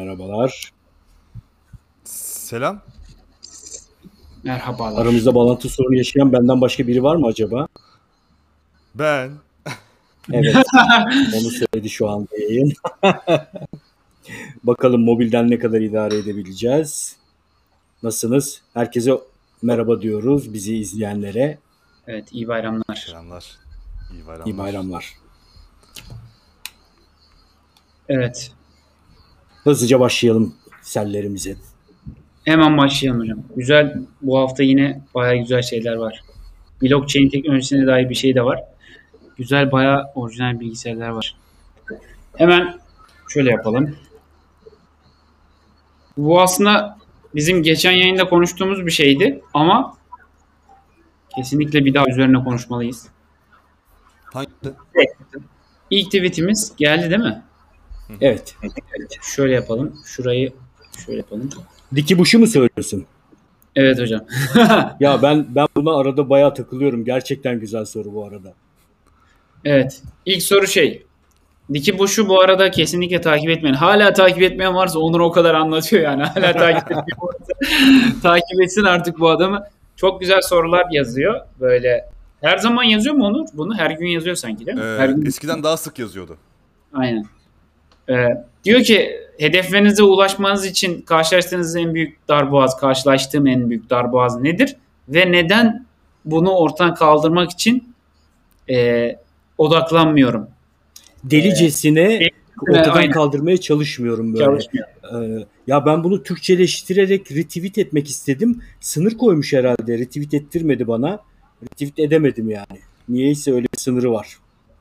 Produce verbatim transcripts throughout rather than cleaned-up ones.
Merhabalar. Selam. Merhabalar. Aramızda bağlantı sorunu yaşayan benden başka biri var mı acaba? Ben. Evet. Onu söyledi şu anda yayın. Bakalım mobilden ne kadar idare edebileceğiz. Nasılsınız? Herkese merhaba diyoruz bizi izleyenlere. Evet, iyi bayramlar. Selamlar. İyi bayramlar. İyi bayramlar. Evet. Hızlıca başlayalım sellerimize. Hemen başlayalım hocam. Güzel, bu hafta yine bayağı güzel şeyler var. Blockchain teknolojisine dair bir şey de var. Güzel, bayağı orijinal bilgisayarlar var. Hemen şöyle yapalım. Bu aslında bizim geçen yayında konuştuğumuz bir şeydi ama kesinlikle bir daha üzerine konuşmalıyız. Hangisi? İlk tweetimiz geldi değil mi? Evet. Evet. Şöyle yapalım. Şurayı şöyle yapalım. Diki Bush'u mu söylüyorsun? Evet hocam. Ya ben ben buna arada bayağı takılıyorum. Gerçekten güzel soru bu arada. Evet. İlk soru şey. Diki Bush'u bu arada kesinlikle takip etmeyin. Hala takip etmeyen varsa Onur o kadar anlatıyor yani. Hala takip etmeyen varsa takip etsin artık bu adamı. Çok güzel sorular yazıyor. Böyle her zaman yazıyor mu Onur? Bunu her gün yazıyor sanki değil mi? Ee, her gün. Eskiden daha sık yazıyordu. Aynen. Ee, diyor ki hedeflerinize ulaşmanız için karşılaştığınız en büyük darboğaz, karşılaştığım en büyük darboğaz nedir? Ve neden bunu ortadan kaldırmak için e, odaklanmıyorum? Delicesine Ee, ortadan aynen. kaldırmaya çalışmıyorum böyle. Çalışmıyor. Ee, ya ben bunu Türkçeleştirerek retweet etmek istedim. Sınır koymuş herhalde. Retweet ettirmedi bana. Retweet edemedim yani. Niyeyse öyle bir sınırı var.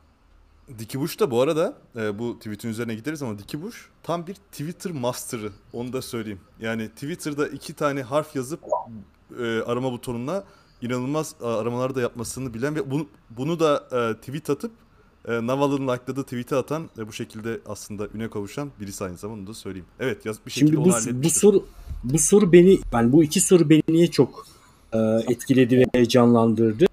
Diki Bush da bu arada e, bu tweet'in üzerine gideriz ama Diki Bush tam bir Twitter master'ı. Onu da söyleyeyim. Yani Twitter'da iki tane harf yazıp e, arama butonuna inanılmaz e, aramalar da yapmasını bilen ve bunu, bunu da e, tweet atıp e, Naval'ın like'ladığı tweet'e atan ve bu şekilde aslında üne kavuşan birisi aynı zamanda, onu da söyleyeyim. Evet, yaz, bir şekilde Şimdi onu bu, halletmiştir. bu soru bu soru beni ben bu iki soru beni niye çok e, etkiledi ve heyecanlandırdı?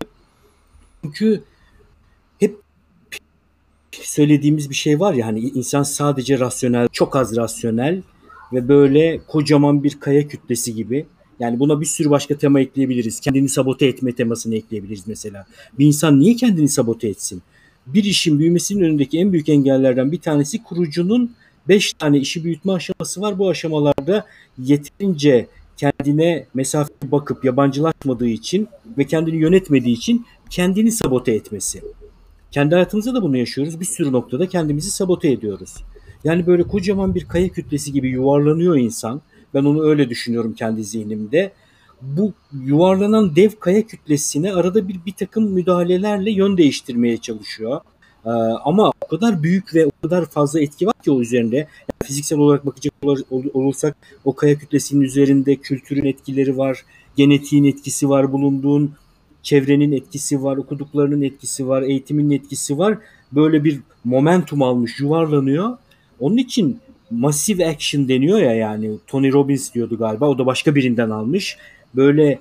Çünkü hep söylediğimiz bir şey var ya, hani insan sadece rasyonel, çok az rasyonel ve böyle kocaman bir kaya kütlesi gibi. Yani buna bir sürü başka tema ekleyebiliriz. Kendini sabote etme temasını ekleyebiliriz mesela. Bir insan niye kendini sabote etsin? Bir işin büyümesinin önündeki en büyük engellerden bir tanesi kurucunun beş tane işi büyütme aşaması var. Bu aşamalarda yeterince kendine mesafe bakıp yabancılaşmadığı için ve kendini yönetmediği için kendini sabote etmesi. Kendi hayatımızda da bunu yaşıyoruz. Bir sürü noktada kendimizi sabote ediyoruz. Yani böyle kocaman bir kaya kütlesi gibi yuvarlanıyor insan. Ben onu öyle düşünüyorum kendi zihnimde. Bu yuvarlanan dev kaya kütlesine arada bir bir takım müdahalelerle yön değiştirmeye çalışıyor. Ee, ama o kadar büyük ve o kadar fazla etki var ki o üzerinde. Yani fiziksel olarak bakacak olursak o kaya kütlesinin üzerinde kültürün etkileri var, genetiğin etkisi var, bulunduğun çevrenin etkisi var, okuduklarının etkisi var, eğitimin etkisi var. Böyle bir momentum almış, yuvarlanıyor. Onun için massive action deniyor ya, yani Tony Robbins diyordu galiba. O da başka birinden almış. Böyle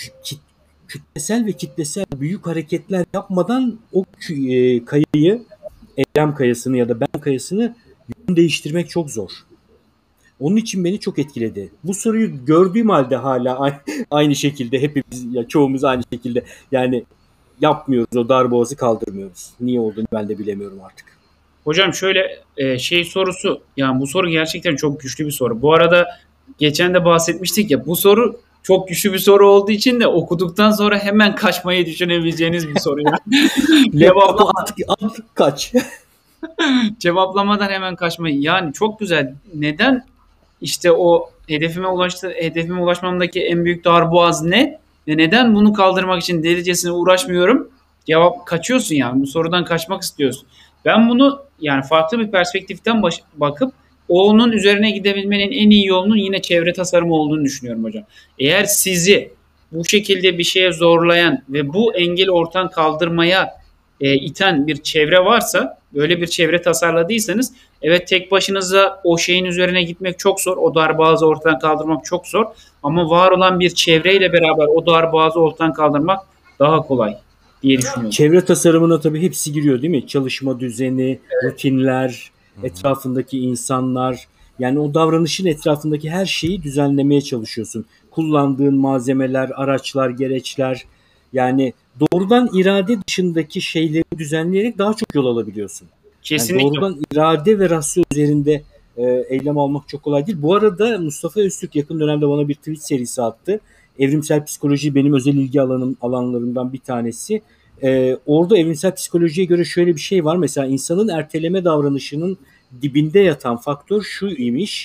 kütlesel ve kitlesel büyük hareketler yapmadan o kayayı, eylem kayasını ya da ben kayasını yön değiştirmek çok zor. Onun için beni çok etkiledi. Bu soruyu gördüğüm halde hala aynı şekilde hepimiz, ya çoğumuz aynı şekilde yani yapmıyoruz, o darboğazı kaldırmıyoruz. Niye olduğunu ben de bilemiyorum artık. Hocam şöyle şey sorusu, yani bu soru gerçekten çok güçlü bir soru. Bu arada geçen de bahsetmiştik ya, bu soru çok güçlü bir soru olduğu için de okuduktan sonra hemen kaçmayı düşünebileceğiniz bir soru. Yani. Cevaplama at, at, kaç. Cevaplamadan hemen kaçmayı. Yani çok güzel. Neden işte o hedefime ulaştı, hedefime ulaşmamdaki en büyük darboğaz ne? Ve neden bunu kaldırmak için delicesine uğraşmıyorum? Cevap, kaçıyorsun yani. Bu sorudan kaçmak istiyorsun. Ben bunu yani farklı bir perspektiften baş, bakıp onun üzerine gidebilmenin en iyi yolunun yine çevre tasarımı olduğunu düşünüyorum hocam. Eğer sizi bu şekilde bir şeye zorlayan ve bu engeli ortadan kaldırmaya e, iten bir çevre varsa, böyle bir çevre tasarladıysanız, evet, tek başınıza o şeyin üzerine gitmek çok zor. O darboğazı ortadan kaldırmak çok zor. Ama var olan bir çevreyle beraber o darboğazı ortadan kaldırmak daha kolay diye düşünüyorum. Çevre tasarımına tabii hepsi giriyor değil mi? Çalışma düzeni, rutinler, etrafındaki insanlar, Yani o davranışın etrafındaki her şeyi düzenlemeye çalışıyorsun. Kullandığın malzemeler, araçlar, gereçler, yani doğrudan irade dışındaki şeyleri düzenleyerek daha çok yol alabiliyorsun. Yani Kesinlikle. doğrudan irade ve rasyo üzerinde e, eylem almak çok kolay değil. Bu arada Mustafa Öztürk yakın dönemde bana bir tweet serisi attı. Evrimsel psikoloji benim özel ilgi alanım alanlarından bir tanesi. E, orada evrimsel psikolojiye göre şöyle bir şey var. Mesela insanın erteleme davranışının dibinde yatan faktör şu imiş.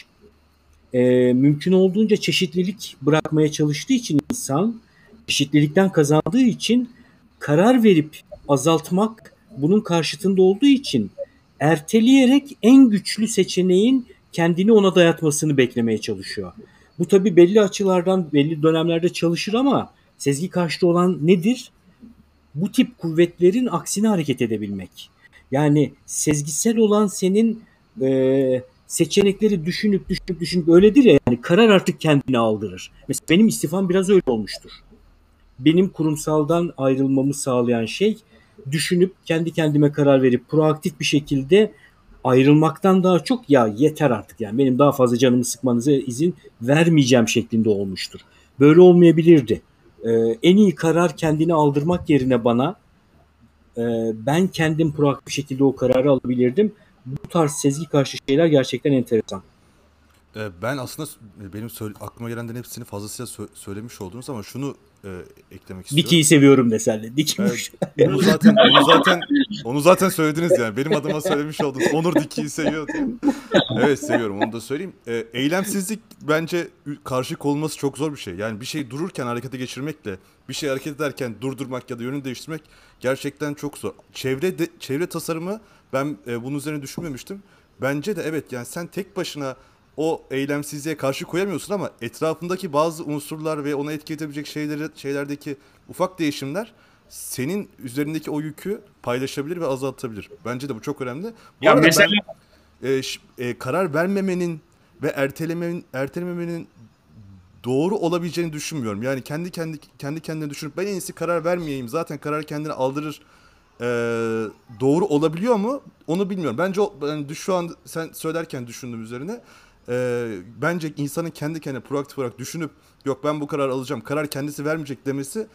E, mümkün olduğunca çeşitlilik bırakmaya çalıştığı için insan, çeşitlilikten kazandığı için karar verip azaltmak bunun karşıtında olduğu için erteleyerek en güçlü seçeneğin kendini ona dayatmasını beklemeye çalışıyor. Bu tabii belli açılardan belli dönemlerde çalışır ama sezgi karşıtı olan nedir? Bu tip kuvvetlerin aksine hareket edebilmek. Yani sezgisel olan senin e, seçenekleri düşünüp düşünüp düşünüp öyledir ya, yani karar artık kendini aldırır. Mesela benim istifam biraz öyle olmuştur. Benim kurumsaldan ayrılmamı sağlayan şey düşünüp kendi kendime karar verip proaktif bir şekilde ayrılmaktan daha çok ya yeter artık, yani benim daha fazla canımı sıkmanıza izin vermeyeceğim şeklinde olmuştur. Böyle olmayabilirdi. Ee, en iyi karar kendini aldırmak yerine bana e, ben kendim proaktif bir şekilde o kararı alabilirdim. Bu tarz sezgi karşı şeyler gerçekten enteresan. Ee, Ben aslında benim söyle, aklıma gelenlerin hepsini fazlasıyla sö- söylemiş oldunuz ama şunu e, eklemek istiyorum. Diki'yi seviyorum desenle. Diki Evet, onu zaten onu zaten onu zaten söylediniz yani. Benim adıma söylemiş oldunuz. Onur Diki'yi seviyor diye. Evet, seviyorum, onu da söyleyeyim. Ee, eylemsizlik bence karşı konulması çok zor bir şey. Yani bir şey dururken harekete geçirmekle bir şey hareket ederken durdurmak ya da yönünü değiştirmek gerçekten çok zor. Çevre de, çevre tasarımı, ben e, bunun üzerine düşünmemiştim. Bence de evet, yani sen tek başına o eylemsizliğe karşı koyamıyorsun ama etrafındaki bazı unsurlar ve ona etki edebilecek şeyleri, şeylerdeki ufak değişimler senin üzerindeki o yükü paylaşabilir ve azaltabilir. Bence de bu çok önemli. Bu Ya arada mesela ben e, ş- e, karar vermemenin ve ertelemenin ertelememenin doğru olabileceğini düşünmüyorum. Yani kendi kendi kendi kendine düşünüp ben en iyisi karar vermeyeyim, zaten karar kendini aldırır. e, doğru olabiliyor mu? Onu bilmiyorum. Bence o, ben şu an sen söylerken düşündüm üzerine. E, bence insanın kendi kendine proaktif olarak düşünüp yok ben bu kararı alacağım, karar kendisi vermeyecek demesi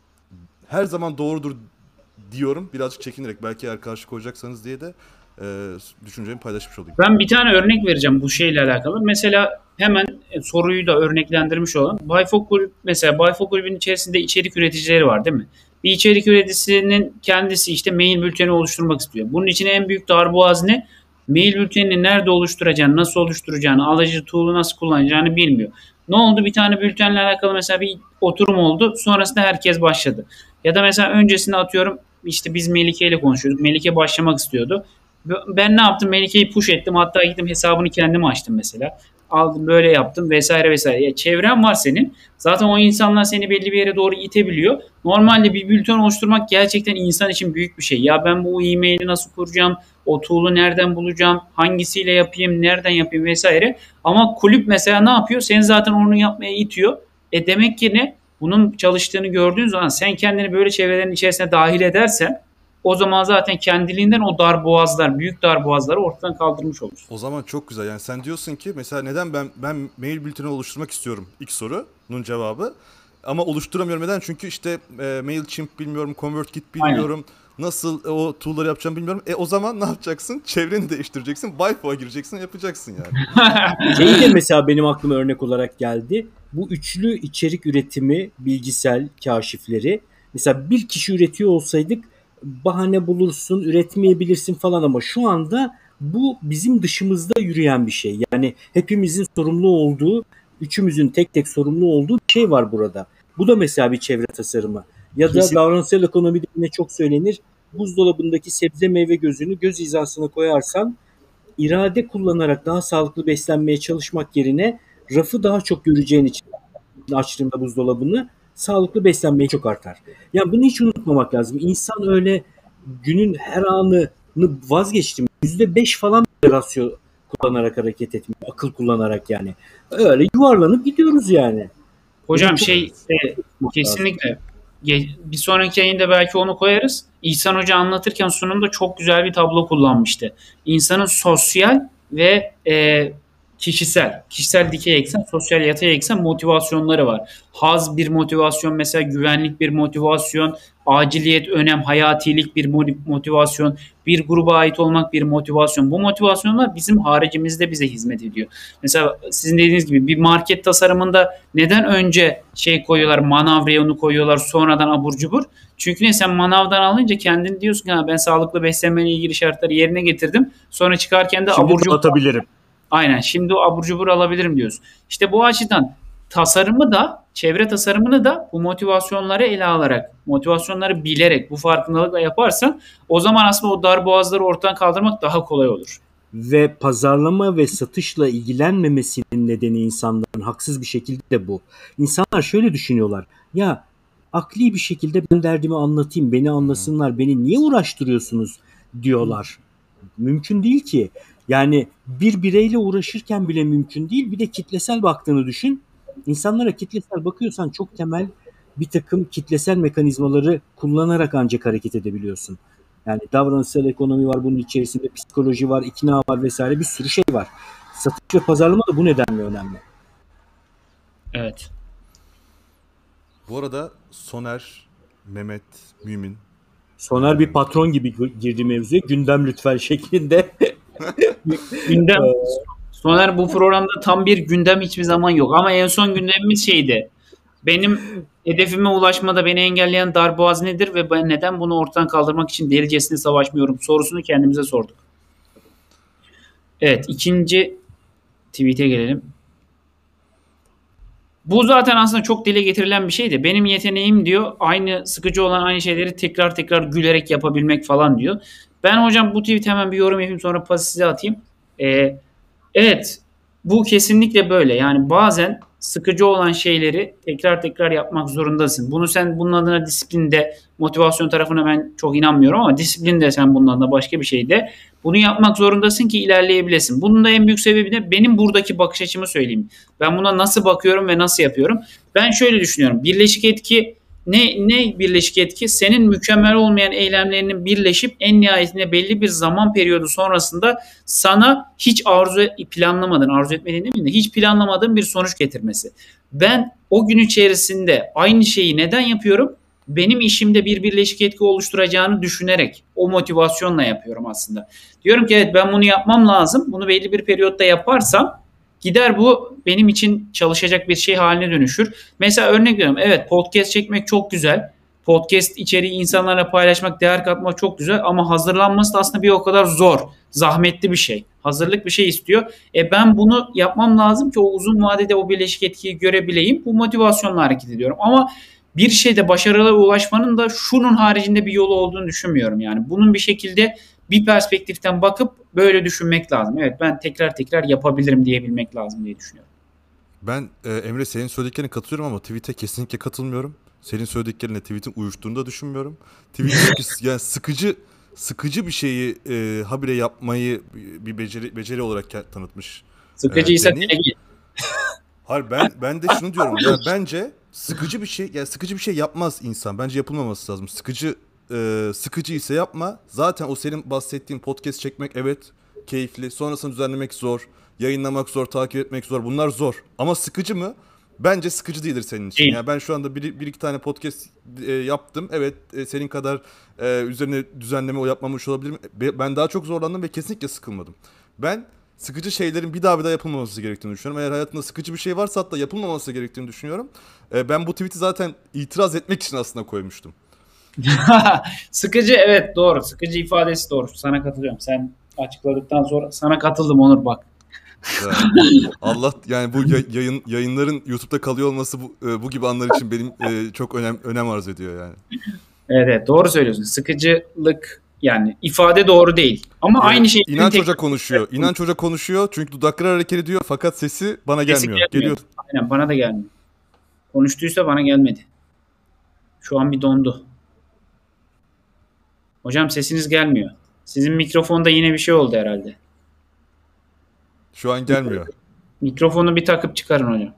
her zaman doğrudur diyorum. Birazcık çekinerek, belki eğer karşı koyacaksanız diye de e, düşüncemi paylaşmış olayım. ben bir tane örnek vereceğim bu şeyle alakalı. Mesela hemen e, soruyu da örneklendirmiş olan Bayfok Kulüp, mesela Bayfok Kulübü'nün içerisinde içerik üreticileri var değil mi? Bir içerik üreticisinin kendisi işte mail bülteni oluşturmak istiyor. Bunun için en büyük darboğaz ne? Mail bültenini nerede oluşturacağını, nasıl oluşturacağını, alıcı tool'u nasıl kullanacağını bilmiyor. Ne oldu? Bir tane bültenle alakalı mesela bir oturum oldu. Sonrasında herkes başladı. Ya da mesela öncesinde atıyorum işte biz Melike ile konuşuyorduk. Melike başlamak istiyordu. Ben ne yaptım? Melike'yi push ettim. Hatta gittim hesabını kendim açtım mesela. Aldım böyle yaptım vesaire vesaire. Ya çevren var senin. Zaten o insanlar seni belli bir yere doğru itebiliyor. Normalde bir bülten oluşturmak gerçekten insan için büyük bir şey. Ya ben bu e-maili nasıl kuracağım? O tool'u nereden bulacağım? Hangisiyle yapayım? Nereden yapayım vesaire. Ama kulüp mesela ne yapıyor? Seni zaten onu yapmaya itiyor. E demek ki ne? Bunun çalıştığını gördüğün zaman sen kendini böyle çevrelerin içerisine dahil edersen o zaman zaten kendiliğinden o dar boğazlar, büyük dar boğazları ortadan kaldırmış olursun. O zaman çok güzel. Yani sen diyorsun ki mesela neden ben ben mail bülteni oluşturmak istiyorum, ilk sorunun cevabı. Ama oluşturamıyorum, neden? Çünkü işte e, Mailchimp bilmiyorum, ConvertKit bilmiyorum. Aynen. Nasıl o tool'ları yapacağım bilmiyorum. E o zaman ne yapacaksın? Çevreni değiştireceksin. Wi-Fi'ye gireceksin, yapacaksın yani. Şey de mesela benim aklıma örnek olarak geldi. Bu üçlü içerik üretimi, bilgisel kaşifleri. Mesela bir kişi üretiyor olsaydık bahane bulursun, üretmeyebilirsin falan ama şu anda bu bizim dışımızda yürüyen bir şey. Yani hepimizin sorumlu olduğu, üçümüzün tek tek sorumlu olduğu bir şey var burada. Bu da mesela bir çevre tasarımı. Ya da Kesin. davranışsal ekonomide yine çok söylenir. Buzdolabındaki sebze meyve gözünü göz hizasına koyarsan irade kullanarak daha sağlıklı beslenmeye çalışmak yerine rafı daha çok göreceğin için açtığında buzdolabını sağlıklı beslenmeyi çok artar. Yani bunu hiç unutmamak lazım. İnsan öyle günün her anını vazgeçtim. yüzde beş falan rasyo kullanarak hareket etmiyor. Akıl kullanarak yani. Öyle yuvarlanıp gidiyoruz yani. Hocam şey e, kesinlikle bir sonraki yayında belki onu koyarız. İhsan Hoca anlatırken sunumda çok güzel bir tablo kullanmıştı. İnsanın sosyal ve e, kişisel. Kişisel dikey eksen, sosyal yatay eksen motivasyonları var. Haz bir motivasyon, mesela güvenlik bir motivasyon, aciliyet, önem, hayatilik bir motivasyon, bir gruba ait olmak bir motivasyon. Bu motivasyonlar bizim haricimizde bize hizmet ediyor. Mesela sizin dediğiniz gibi bir market tasarımında neden önce şey koyuyorlar, manav reyonu koyuyorlar, sonradan abur cubur? Çünkü ne, sen manavdan alınca kendin diyorsun ki ha, ben sağlıklı beslenmeyle ilgili şartları yerine getirdim. Sonra çıkarken de Şimdi abur cubur dağıtabilirim. Aynen. Şimdi o abur cubur alabilirim diyoruz. İşte bu açıdan tasarımı da, çevre tasarımını da bu motivasyonları ele alarak, motivasyonları bilerek, bu farkındalıkla yaparsan o zaman aslında o dar boğazları ortadan kaldırmak daha kolay olur. Ve pazarlama ve satışla ilgilenmemesinin nedeni insanların haksız bir şekilde bu. İnsanlar şöyle düşünüyorlar. Ya akli bir şekilde ben derdimi anlatayım, beni anlasınlar, beni niye uğraştırıyorsunuz diyorlar. Mümkün değil ki. Yani bir bireyle uğraşırken bile mümkün değil. Bir de kitlesel baktığını düşün. İnsanlara kitlesel bakıyorsan çok temel bir takım kitlesel mekanizmaları kullanarak ancak hareket edebiliyorsun. Yani davranışsal ekonomi var, bunun içerisinde psikoloji var, ikna var vesaire, bir sürü şey var. Satış ve pazarlama da bu nedenle önemli. Evet. Bu arada Soner, Mehmet, Mümin. Soner bir patron gibi girdi mevzuya. Gündem lütfen şeklinde. Gündem. Soner bu programda tam bir gündem hiçbir zaman yok. Ama en son gündemimiz şeydi. Benim hedefime ulaşmada beni engelleyen darboğaz nedir ve ben neden bunu ortadan kaldırmak için delicesine savaşmıyorum sorusunu kendimize sorduk. Evet, ikinci tweet'e gelelim. Bu zaten aslında çok dile getirilen bir şeydi. Benim yeteneğim diyor, aynı sıkıcı olan aynı şeyleri tekrar tekrar gülerek yapabilmek falan diyor. Ben hocam bu tweet'e hemen bir yorum yapayım, sonra pası size atayım. Ee, evet, bu kesinlikle böyle. Yani bazen sıkıcı olan şeyleri tekrar tekrar yapmak zorundasın. Bunu sen bunun adına disiplinde, motivasyon tarafına ben çok inanmıyorum ama disiplinde sen bunun adına başka bir şeyde bunu yapmak zorundasın ki ilerleyebilesin. Bunun da en büyük sebebi de benim buradaki bakış açımı söyleyeyim. Ben buna nasıl bakıyorum ve nasıl yapıyorum? Ben şöyle düşünüyorum. Birleşik etki ne, ne birleşik etki? Senin mükemmel olmayan eylemlerinin birleşip en nihayetinde belli bir zaman periyodu sonrasında sana hiç arzu planlamadığın, arzu etmediğin değil mi? Hiç planlamadığın bir sonuç getirmesi. Ben o gün içerisinde aynı şeyi neden yapıyorum? Benim işimde bir birleşik etki oluşturacağını düşünerek o motivasyonla yapıyorum aslında. Diyorum ki evet, ben bunu yapmam lazım. Bunu belli bir periyotta yaparsam gider bu benim için çalışacak bir şey haline dönüşür. Mesela örnek veriyorum. Evet, podcast çekmek çok güzel. Podcast içeriği insanlarla paylaşmak, değer katmak çok güzel ama hazırlanması da aslında bir o kadar zor. Zahmetli bir şey. Hazırlık bir şey istiyor. E ben bunu yapmam lazım ki o uzun vadede o birleşik etkiyi görebileyim. Bu motivasyonla hareket ediyorum. Ama bir şeyde başarılı ulaşmanın da şunun haricinde bir yolu olduğunu düşünmüyorum. Yani bunun bir şekilde bir perspektiften bakıp böyle düşünmek lazım. Evet, ben tekrar tekrar yapabilirim diyebilmek lazım diye düşünüyorum. Ben e, Emre senin söylediklerine katılıyorum ama tweet'e kesinlikle katılmıyorum. Senin söylediklerine tweet'in uyuştuğunu da düşünmüyorum. Tweet yani sıkıcı sıkıcı bir şeyi e, habire yapmayı bir beceri beceri olarak tanıtmış. Sıkıcıysa e, git. Hayır, ben ben de şunu diyorum ya, bence sıkıcı bir şey yani sıkıcı bir şey yapmaz insan. Bence yapılmaması lazım. Sıkıcı e, sıkıcı ise yapma. Zaten o senin bahsettiğin podcast çekmek evet keyifli. Sonrasını düzenlemek zor. Yayınlamak zor, takip etmek zor. Bunlar zor. Ama sıkıcı mı? Bence sıkıcı değildir senin için. Yani ben şu anda bir, bir iki tane podcast e, yaptım. Evet, e, senin kadar e, üzerine düzenleme o yapmamış olabilirim. Ben daha çok zorlandım ve kesinlikle sıkılmadım. Ben sıkıcı şeylerin bir daha bir daha yapılmaması gerektiğini düşünüyorum. Eğer hayatında sıkıcı bir şey varsa hatta yapılmaması gerektiğini düşünüyorum. E, ben bu tweet'i zaten itiraz etmek için aslında koymuştum. Sıkıcı, evet doğru. Sıkıcı ifadesi doğru. Sana katılıyorum. Sen açıkladıktan sonra sana katıldım Onur, bak. Allah yani bu yayın yayınların YouTube'da kalıyor olması bu, bu gibi anlar için benim e, çok önem önem arz ediyor yani. Evet, evet doğru söylüyorsun. Sıkıcılık yani ifade doğru değil. Ama yani aynı şey. İnanç Hoca konuşuyor. İnanç Hoca konuşuyor çünkü dudakları hareket ediyor fakat sesi bana sesi gelmiyor. gelmiyor. Geliyor. Aynen, bana da gelmiyor. Konuştuysa bana gelmedi. Şu an bir dondu. Hocam sesiniz gelmiyor. Sizin mikrofonda yine bir şey oldu herhalde. Şu an gelmiyor. Mikrofonu bir takıp çıkarın hocam.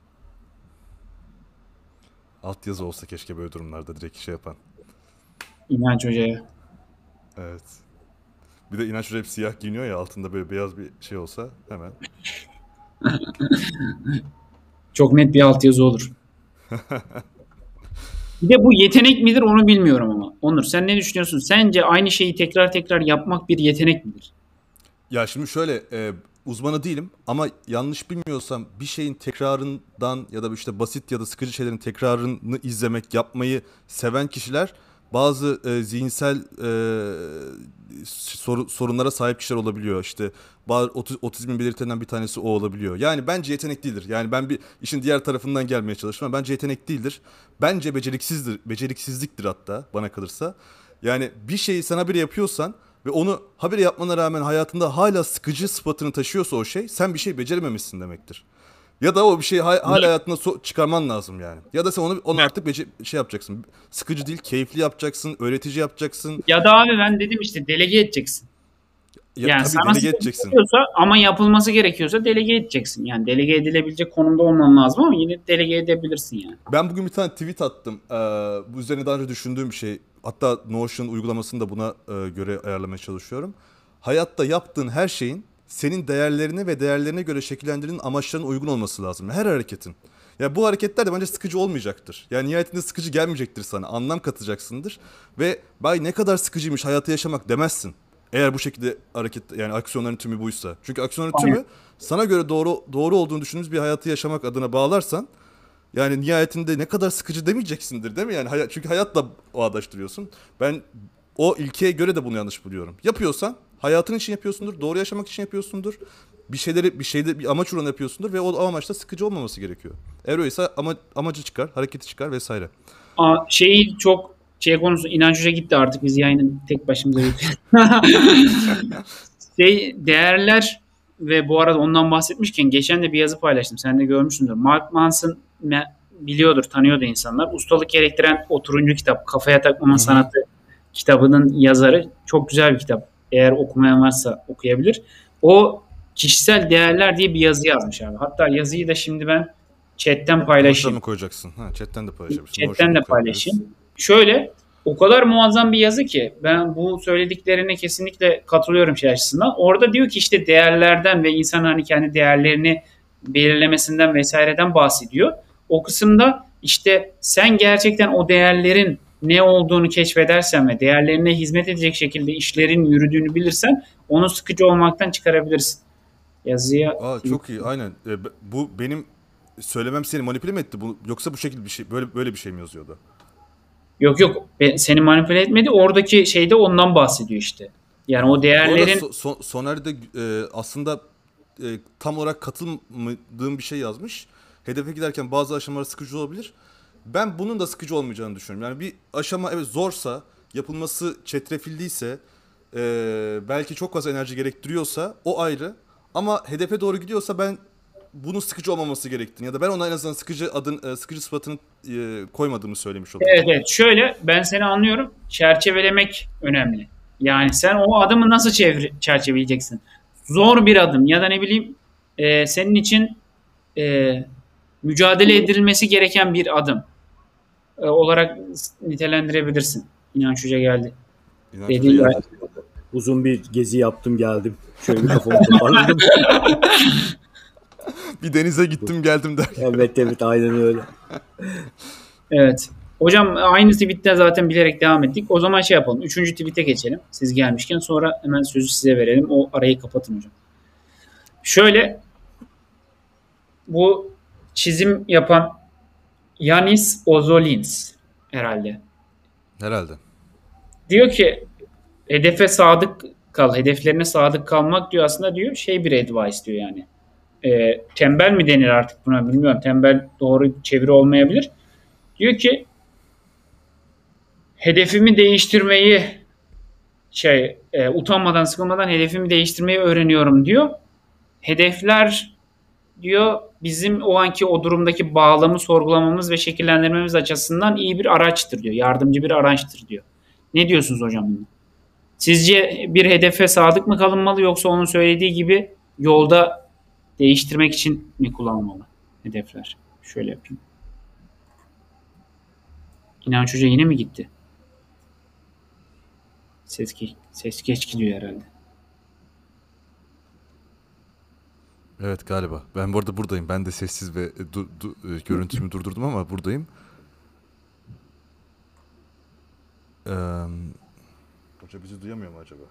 Altyazı olsa keşke böyle durumlarda direkt şey yapan. İnanç Hoca'ya. Evet. Bir de İnanç Hoca hep siyah giyiniyor ya, altında böyle beyaz bir şey olsa hemen. Çok net bir altyazı olur. Bir de bu yetenek midir onu bilmiyorum ama. Onur sen ne düşünüyorsun? Sence aynı şeyi tekrar tekrar yapmak bir yetenek midir? Ya şimdi şöyle e, uzmanı değilim ama yanlış bilmiyorsam bir şeyin tekrarından ya da işte basit ya da sıkıcı şeylerin tekrarını izlemek, yapmayı seven kişiler bazı e, zihinsel e, soru- sorunlara sahip kişiler olabiliyor. İşte bazı otiz- otizmin belirtilerinden bir tanesi o olabiliyor. Yani bence yetenek değildir. Yani ben bir işin diğer tarafından gelmeye çalıştım ama bence yetenek değildir. Bence beceriksizdir, beceriksizliktir hatta bana kalırsa. Yani bir şeyi sana biri yapıyorsan ve onu habire yapmana rağmen hayatında hala sıkıcı sıfatını taşıyorsa o şey, sen bir şey becerememişsin demektir. Ya da o bir şeyi ha- hala hayatında so- çıkarman lazım yani. Ya da sen onu onu artık bece- şey yapacaksın. Sıkıcı değil, keyifli yapacaksın, öğretici yapacaksın. Ya da abi ben dedim işte delege edeceksin. Ya Yani tabii sana delege sıkıntı edeceksin. geliyorsa ama yapılması gerekiyorsa delege edeceksin. Yani delege edilebilecek konumda olman lazım ama yine delege edebilirsin yani. Ben bugün bir tane tweet attım. Ee, bu üzerine daha önce düşündüğüm bir şey. Hatta Notion uygulamasını da buna e, göre ayarlamaya çalışıyorum. Hayatta yaptığın her şeyin senin değerlerine ve değerlerine göre şekillendirdiğin amaçlarına uygun olması lazım. Her hareketin. Ya bu hareketler de bence sıkıcı olmayacaktır. Yani nihayetinde sıkıcı gelmeyecektir sana. Anlam katacaksındır. Ve bay ne kadar sıkıcıymış hayatı yaşamak demezsin. Eğer bu şekilde hareket yani aksiyonların tümü buysa. Çünkü aksiyonların tümü sana göre doğru doğru olduğunu düşündüğümüz bir hayatı yaşamak adına bağlarsan yani nihayetinde ne kadar sıkıcı demeyeceksindir değil mi? Yani hayat, çünkü hayatla bağdaştırıyorsun. Ben o ilkeye göre de bunu yanlış buluyorum. Yapıyorsan hayatın için yapıyorsundur, doğru yaşamak için yapıyorsundur. Bir şeyleri bir şeyde bir amaç uğruna yapıyorsundur ve o amaçta sıkıcı olmaması gerekiyor. Eğer öyleyse ama, amacı çıkar, hareketi çıkar vesaire. Aa, şeyi çok şey konusu inanç Hoca gitti artık biz yayını tek başımıza yürütüyoruz. Şey, değerler ve bu arada ondan bahsetmişken geçen de bir yazı paylaştım. Sen de görmüşsündür. Mark Manson me- biliyordur, tanıyordu insanlar. Ustalık gerektiren o turuncu kitap, Kafaya Takmamın Hı hı. Sanatı kitabının yazarı. Çok güzel bir kitap. Eğer okumayan varsa okuyabilir. O kişisel değerler diye bir yazı yazmış abi. Hatta yazıyı da şimdi ben chatten Notlara paylaşayım. mı koyacaksın? Ha, chatten de paylaşabilirsin. Chatten Notion'da de koyabiliriz. paylaşayım. Şöyle o kadar muazzam bir yazı ki ben bu söylediklerine kesinlikle katılıyorum şey açısından. Orada diyor ki işte değerlerden ve insan hani kendi değerlerini belirlemesinden vesaireden bahsediyor. O kısımda işte sen gerçekten o değerlerin ne olduğunu keşfedersen ve değerlerine hizmet edecek şekilde işlerin yürüdüğünü bilirsen onu sıkıcı olmaktan çıkarabilirsin. Yazıya Aa, çok iyi aynen. E, b- bu benim söylemem seni manipüle mi etti? Bu, yoksa bu şekilde bir şey böyle böyle bir şey mi yazıyordu? yok yok ben, seni manipüle etmedi. Oradaki şeyde ondan bahsediyor işte. Yani o Bu arada değerlerin so, so, Soner'de e, aslında e, tam olarak katılmadığım bir şey yazmış. Hedefe giderken bazı aşamalar sıkıcı olabilir. Ben bunun da sıkıcı olmayacağını düşünüyorum. Yani bir aşama evet zorsa, yapılması çetrefilliyse, e, belki çok fazla enerji gerektiriyorsa o ayrı. Ama hedefe doğru gidiyorsa ben bunun sıkıcı olmaması gerektiğini ya da ben ona en azından sıkıcı adın e, sıkıcı sıfatını e, koymadığımı söylemiş olurum. evet evet şöyle ben seni anlıyorum. Çerçevelemek önemli. Yani sen o adımı nasıl çevre, çerçeveleyeceksin? Zor bir adım ya da ne bileyim e, senin için e, mücadele edilmesi gereken bir adım e, olarak nitelendirebilirsin. İnanç Hoca geldi. İnanç Hoca Dediği geldi. Uzun bir gezi yaptım geldim. Şöyle bir kafamı toparladım. Bir denize gittim geldim der. Evet evet aynen öyle. Evet. Hocam aynı tweetten zaten bilerek devam ettik. O zaman şey yapalım. Üçüncü tweete geçelim. Siz gelmişken sonra hemen sözü size verelim. O arayı kapatın hocam. Şöyle bu çizim yapan Yanis Ozolins herhalde. Herhalde. Diyor ki hedefe sadık kal. Hedeflerine sadık kalmak diyor aslında diyor şey bir advice diyor yani. E, tembel mi denir artık buna bilmiyorum. Tembel doğru çeviri olmayabilir. Diyor ki hedefimi değiştirmeyi şey e, utanmadan sıkılmadan hedefimi değiştirmeyi öğreniyorum diyor. Hedefler diyor bizim o anki o durumdaki bağlamı sorgulamamız ve şekillendirmemiz açısından iyi bir araçtır diyor. Yardımcı bir araçtır diyor. Ne diyorsunuz hocam buna? Sizce bir hedefe sadık mı kalınmalı yoksa onun söylediği gibi yolda değiştirmek için mi kullanılmalı hedefler? Şöyle yapayım. İnanç Hoca yine mi gitti? Ses, ge- ses geç gidiyor herhalde. Evet galiba. Ben bu arada buradayım. Ben de sessiz ve e, du, du, e, görüntümü durdurdum ama buradayım. Ee, Hoca bizi duyamıyor mu acaba?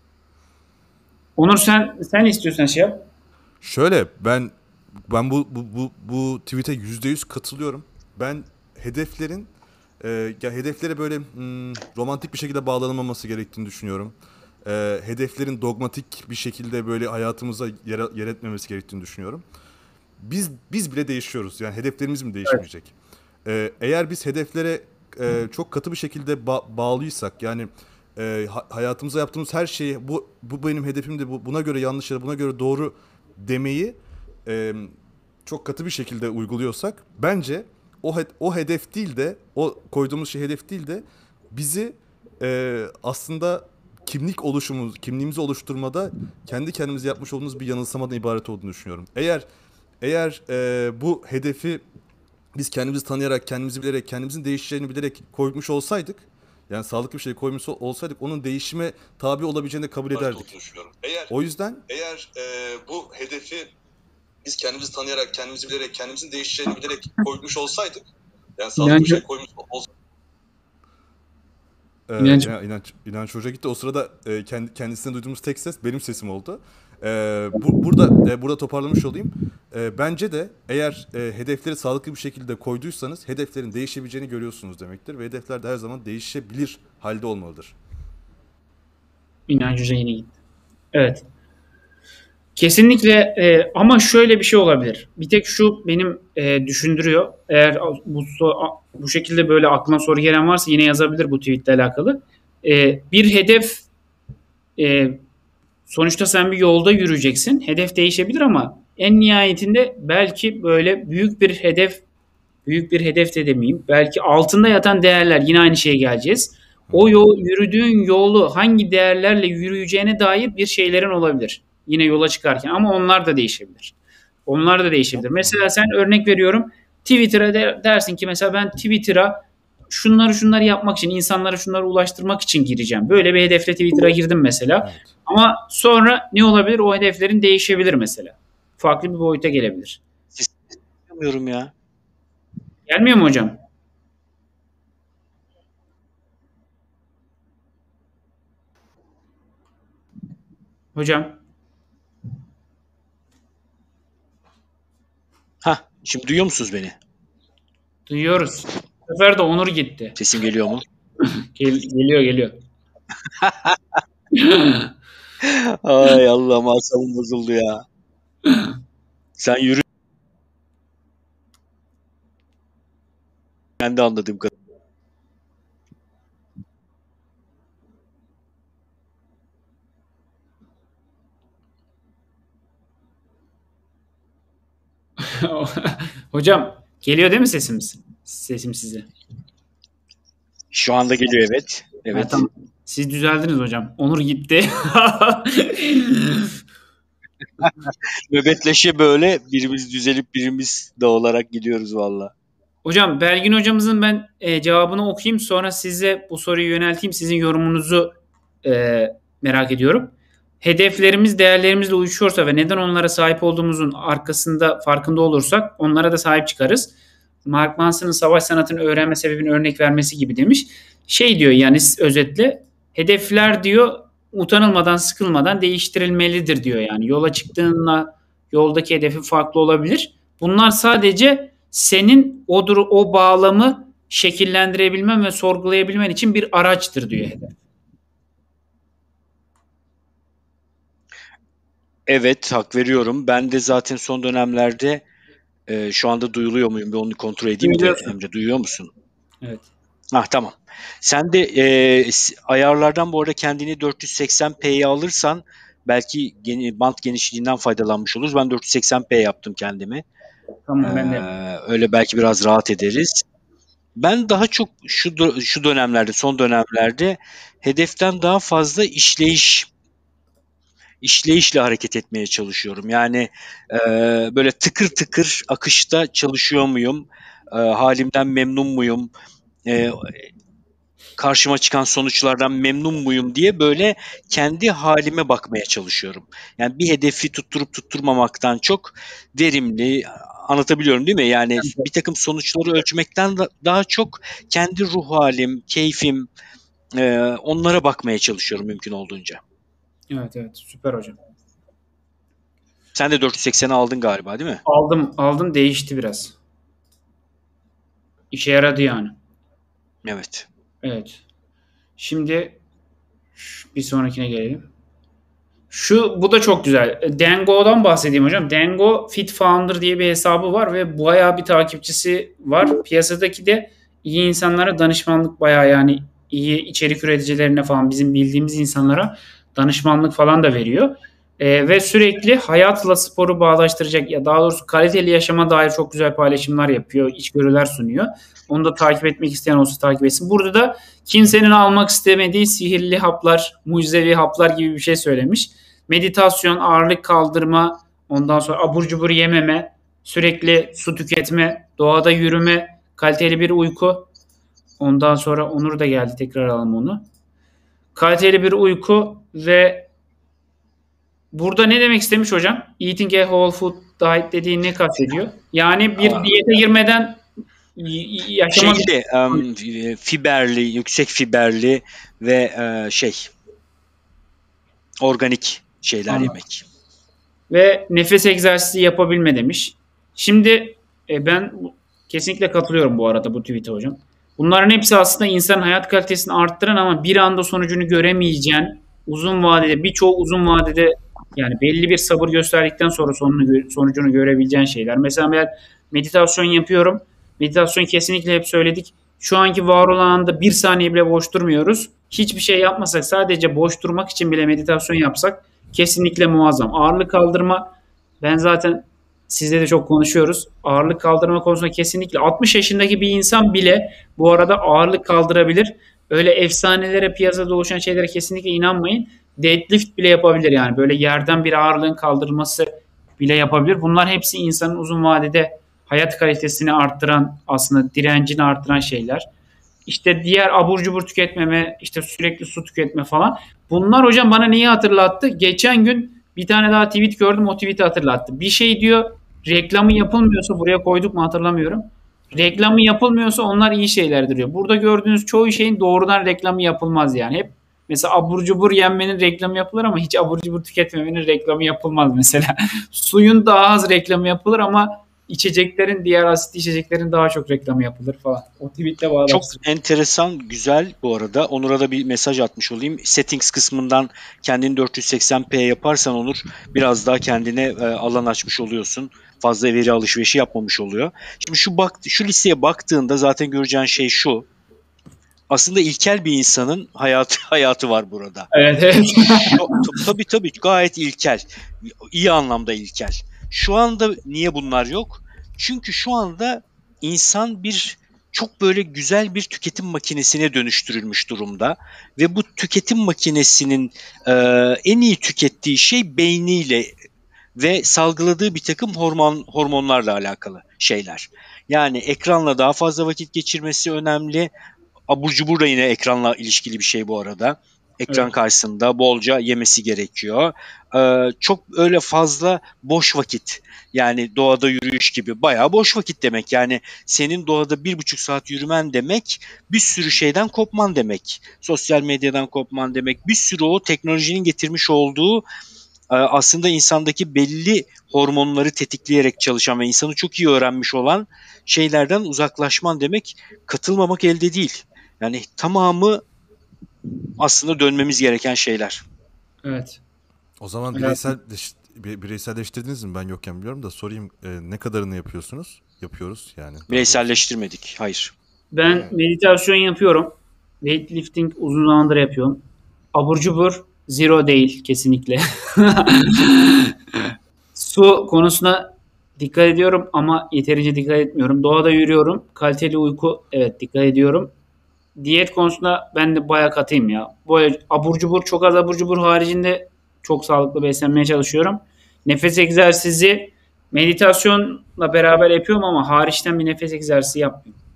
Onur sen sen istiyorsan şey yap. Şöyle ben ben bu bu bu, bu tweet'e yüzde yüz katılıyorum. Ben hedeflerin e, ya hedeflere böyle hmm, romantik bir şekilde bağlanılmaması gerektiğini düşünüyorum. E, hedeflerin dogmatik bir şekilde böyle hayatımıza yer, yer etmemesi gerektiğini düşünüyorum. Biz biz bile değişiyoruz. Yani hedeflerimiz mi değişmeyecek? Ee, eğer biz hedeflere e, çok katı bir şekilde ba- bağlıysak, yani e, ha- hayatımıza yaptığımız her şeyi bu bu benim hedefimdi, bu buna göre yanlış ya da buna göre doğru demeyi e, çok katı bir şekilde uyguluyorsak, bence o hed- o hedef değil de, o koyduğumuz şey hedef değil de bizi e, aslında kimlik oluşumuz, kimliğimizi oluşturmada kendi kendimize yapmış olduğumuz bir yanılsamadan ibaret olduğunu düşünüyorum. Eğer eğer e, bu hedefi biz kendimizi tanıyarak, kendimizi bilerek, kendimizin değişeceğini bilerek koymuş olsaydık, yani sağlıklı bir şey koymuş olsaydık, onun değişime tabi olabileceğini kabul ederdik. Eğer, o yüzden eğer e, bu hedefi biz kendimizi tanıyarak, kendimizi bilerek, kendimizin değişeceğini bilerek koymuş olsaydık, yani sağlıklı İnanç, bir şey koymuş olsaydık. Ee, İnanç. ya, İnanç, İnanç Hoca gitti. O sırada e, kendi, kendisinden duyduğumuz tek ses benim sesim oldu. Ee, bu, burada e, burada toparlamış olayım. E, bence de eğer e, hedefleri sağlıklı bir şekilde koyduysanız, hedeflerin değişebileceğini görüyorsunuz demektir. Ve hedefler de her zaman değişebilir halde olmalıdır. İnanç Hoca yine gitti. Evet. Kesinlikle e, ama şöyle bir şey olabilir. Bir tek şu benim e, düşündürüyor. Eğer bu bu şekilde böyle aklına soru gelen varsa yine yazabilir bu tweetle alakalı. E, bir hedef e, sonuçta sen bir yolda yürüyeceksin. Hedef değişebilir ama en nihayetinde belki böyle büyük bir hedef, büyük bir hedef de demeyeyim. Belki altında yatan değerler, yine aynı şeye geleceğiz. O yol, yürüdüğün yolu hangi değerlerle yürüyeceğine dair bir şeylerin olabilir. Yine yola çıkarken, ama onlar da değişebilir. Onlar da değişebilir. Mesela sen, örnek veriyorum, Twitter'a de, dersin ki mesela ben Twitter'a şunları şunları yapmak için, insanlara şunları ulaştırmak için gireceğim. Böyle bir hedefle Twitter'a girdim mesela. Evet. Ama sonra ne olabilir? O hedeflerin değişebilir mesela. Farklı bir boyuta gelebilir. Bilmiyorum ya. Gelmiyor mu hocam? Hocam. Hah, şimdi duyuyor musunuz beni? Duyuyoruz. Bu sefer de Onur gitti. Sesim geliyor mu? Gel, geliyor geliyor. Ay Allah'ım, asabım bozuldu ya. Sen yürü. Ben de anladığım kadar. Hocam geliyor değil mi sesimiz? Sesim size. Şu anda geliyor, evet. Evet. Ha, tamam. Siz düzeldiniz hocam. Onur gitti. Nöbetleşe böyle birimiz düzelip birimiz dağılarak gidiyoruz valla. Hocam Belgin hocamızın ben e, cevabını okuyayım. Sonra size bu soruyu yönelteyim. Sizin yorumunuzu e, merak ediyorum. Hedeflerimiz değerlerimizle uyuşuyorsa ve neden onlara sahip olduğumuzun arkasında farkında olursak onlara da sahip çıkarız. Mark Manson'ın savaş sanatını öğrenme sebebini örnek vermesi gibi demiş. Şey diyor yani özetle, hedefler diyor utanılmadan, sıkılmadan değiştirilmelidir diyor yani. Yola çıktığınla yoldaki hedefin farklı olabilir. Bunlar sadece senin o, o bağlamı şekillendirebilmen ve sorgulayabilmen için bir araçtır diyor hedef. Evet, hak veriyorum. Ben de zaten son dönemlerde e, şu anda duyuluyor muyum? Bir onu kontrol edeyim de. Emre, duyuyor musun? Evet. Ah, tamam. Sen de e, ayarlardan bu arada kendini dört yüz seksen p'ye alırsan belki geni, bant genişliğinden faydalanmış oluruz. Ben dört yüz seksen p yaptım kendimi. Tamam, ben de. Ee, öyle belki biraz rahat ederiz. Ben daha çok şu şu dönemlerde, son dönemlerde hedeften daha fazla işleyiş işleyişle hareket etmeye çalışıyorum. Yani e, böyle tıkır tıkır akışta çalışıyor muyum? E, halimden memnun muyum? E, karşıma çıkan sonuçlardan memnun muyum diye böyle kendi halime bakmaya çalışıyorum. Yani bir hedefi tutturup tutturmamaktan çok verimli, anlatabiliyorum değil mi? Yani bir takım sonuçları ölçmekten da- daha çok kendi ruh halim, keyfim, e, onlara bakmaya çalışıyorum mümkün olduğunca. Evet evet, süper hocam. Sen de dört yüz sekseni aldın galiba değil mi? Aldım aldım, değişti biraz. İşe yaradı yani. Evet. Evet. Şimdi şu- bir sonrakine gelelim. Şu bu da çok güzel. Dango'dan bahsedeyim hocam. Dango Fit Founder diye bir hesabı var ve bayağı bir takipçisi var. Piyasadaki de iyi insanlara danışmanlık, bayağı yani iyi içerik üreticilerine falan, bizim bildiğimiz insanlara danışmanlık falan da veriyor. Ee, ve sürekli hayatla sporu bağdaştıracak, ya daha doğrusu kaliteli yaşama dair çok güzel paylaşımlar yapıyor, içgörüler sunuyor. Onu da takip etmek isteyen olsa takip etsin. Burada da kimsenin almak istemediği sihirli haplar, mucizevi haplar gibi bir şey söylemiş. Meditasyon, ağırlık kaldırma, ondan sonra abur cubur yememe, sürekli su tüketme, doğada yürüme, kaliteli bir uyku. Ondan sonra Onur da geldi, tekrar alalım onu. Kaliteli bir uyku ve burada ne demek istemiş hocam? Eating a whole food diet dediği ne kastediyor? Yani bir Aa. diyete girmeden y- yaşama Şeyli, em, fiberli, yüksek fiberli ve e, şey organik şeyler Anladım. yemek. Ve nefes egzersizi yapabilme demiş. Şimdi e, ben kesinlikle katılıyorum bu arada bu tweet'e hocam. Bunların hepsi aslında insanın hayat kalitesini arttıran ama bir anda sonucunu göremeyeceğin, uzun vadede, birçoğu uzun vadede, yani belli bir sabır gösterdikten sonra sonunu, sonucunu görebileceğin şeyler. Mesela ben meditasyon yapıyorum. Meditasyon kesinlikle, hep söyledik, şu anki var olan anda bir saniye bile boş durmuyoruz. Hiçbir şey yapmasak, sadece boş durmak için bile meditasyon yapsak kesinlikle muazzam. Ağırlık kaldırma, ben zaten sizle de çok konuşuyoruz. Ağırlık kaldırma konusunda kesinlikle altmış yaşındaki bir insan bile bu arada ağırlık kaldırabilir. Öyle efsanelere, piyasada oluşan şeylere kesinlikle inanmayın. Deadlift bile yapabilir yani. Böyle yerden bir ağırlığın kaldırılması bile yapabilir. Bunlar hepsi insanın uzun vadede hayat kalitesini arttıran, aslında direncini arttıran şeyler. İşte diğer abur cubur tüketmeme, işte sürekli su tüketme falan. Bunlar hocam bana neyi hatırlattı? Geçen gün bir tane daha tweet gördüm, o tweet'i hatırlattı. Bir şey diyor, reklamı yapılmıyorsa, buraya koyduk mu hatırlamıyorum. Reklamı yapılmıyorsa onlar iyi şeylerdir diyor. Burada gördüğünüz çoğu şeyin doğrudan reklamı yapılmaz yani. Hep mesela abur cubur yenmenin reklamı yapılır ama hiç abur cubur tüketmemenin reklamı yapılmaz mesela. Suyun daha az reklamı yapılır ama içeceklerin, diğer asitli içeceklerin daha çok reklamı yapılır falan. O tweetle bağdaştırdım. Çok enteresan, güzel bu arada. Onur'a da bir mesaj atmış olayım. Settings kısmından kendini dört yüz seksen p yaparsan Onur, biraz daha kendine e, alan açmış oluyorsun. Fazla veri alışverişi yapmamış oluyor. Şimdi şu bak şu listeye baktığında zaten göreceğin şey şu. Aslında ilkel bir insanın hayatı hayatı var burada. Evet evet. Şu, tabii tabii gayet ilkel. İyi anlamda ilkel. Şu anda niye bunlar yok? Çünkü şu anda insan bir çok böyle güzel bir tüketim makinesine dönüştürülmüş durumda ve bu tüketim makinesinin e, en iyi tükettiği şey beyniyle ve salgıladığı bir takım hormon hormonlarla alakalı şeyler. Yani ekranla daha fazla vakit geçirmesi önemli. Abur cubur da yine ekranla ilişkili bir şey bu arada. Ekran Evet. karşısında bolca yemesi gerekiyor. Ee, çok öyle fazla boş vakit. Yani doğada yürüyüş gibi bayağı boş vakit demek. Yani senin doğada bir buçuk saat yürümen demek, bir sürü şeyden kopman demek. Sosyal medyadan kopman demek. Bir sürü o teknolojinin getirmiş olduğu e, aslında insandaki belli hormonları tetikleyerek çalışan ve insanı çok iyi öğrenmiş olan şeylerden uzaklaşman demek. Katılmamak elde değil. Yani tamamı aslında dönmemiz gereken şeyler. Evet. O zaman Evet. bireyselleş, bi- bireyselleştirdiniz mi? Ben yokken biliyorum da sorayım. E, ne kadarını yapıyorsunuz? Yapıyoruz yani. Bireyselleştirmedik. Hayır. Ben meditasyon yapıyorum. Weightlifting uzun zamandır yapıyorum. Abur cubur zero değil kesinlikle. Su konusuna dikkat ediyorum ama yeterince dikkat etmiyorum. Doğada yürüyorum. Kaliteli uyku, evet, dikkat ediyorum. Diyet konusunda ben de bayağı katıyım ya. Böyle abur cubur, çok az abur cubur haricinde çok sağlıklı beslenmeye çalışıyorum. Nefes egzersizi meditasyonla beraber yapıyorum ama hariçten bir nefes egzersizi yapmıyorum.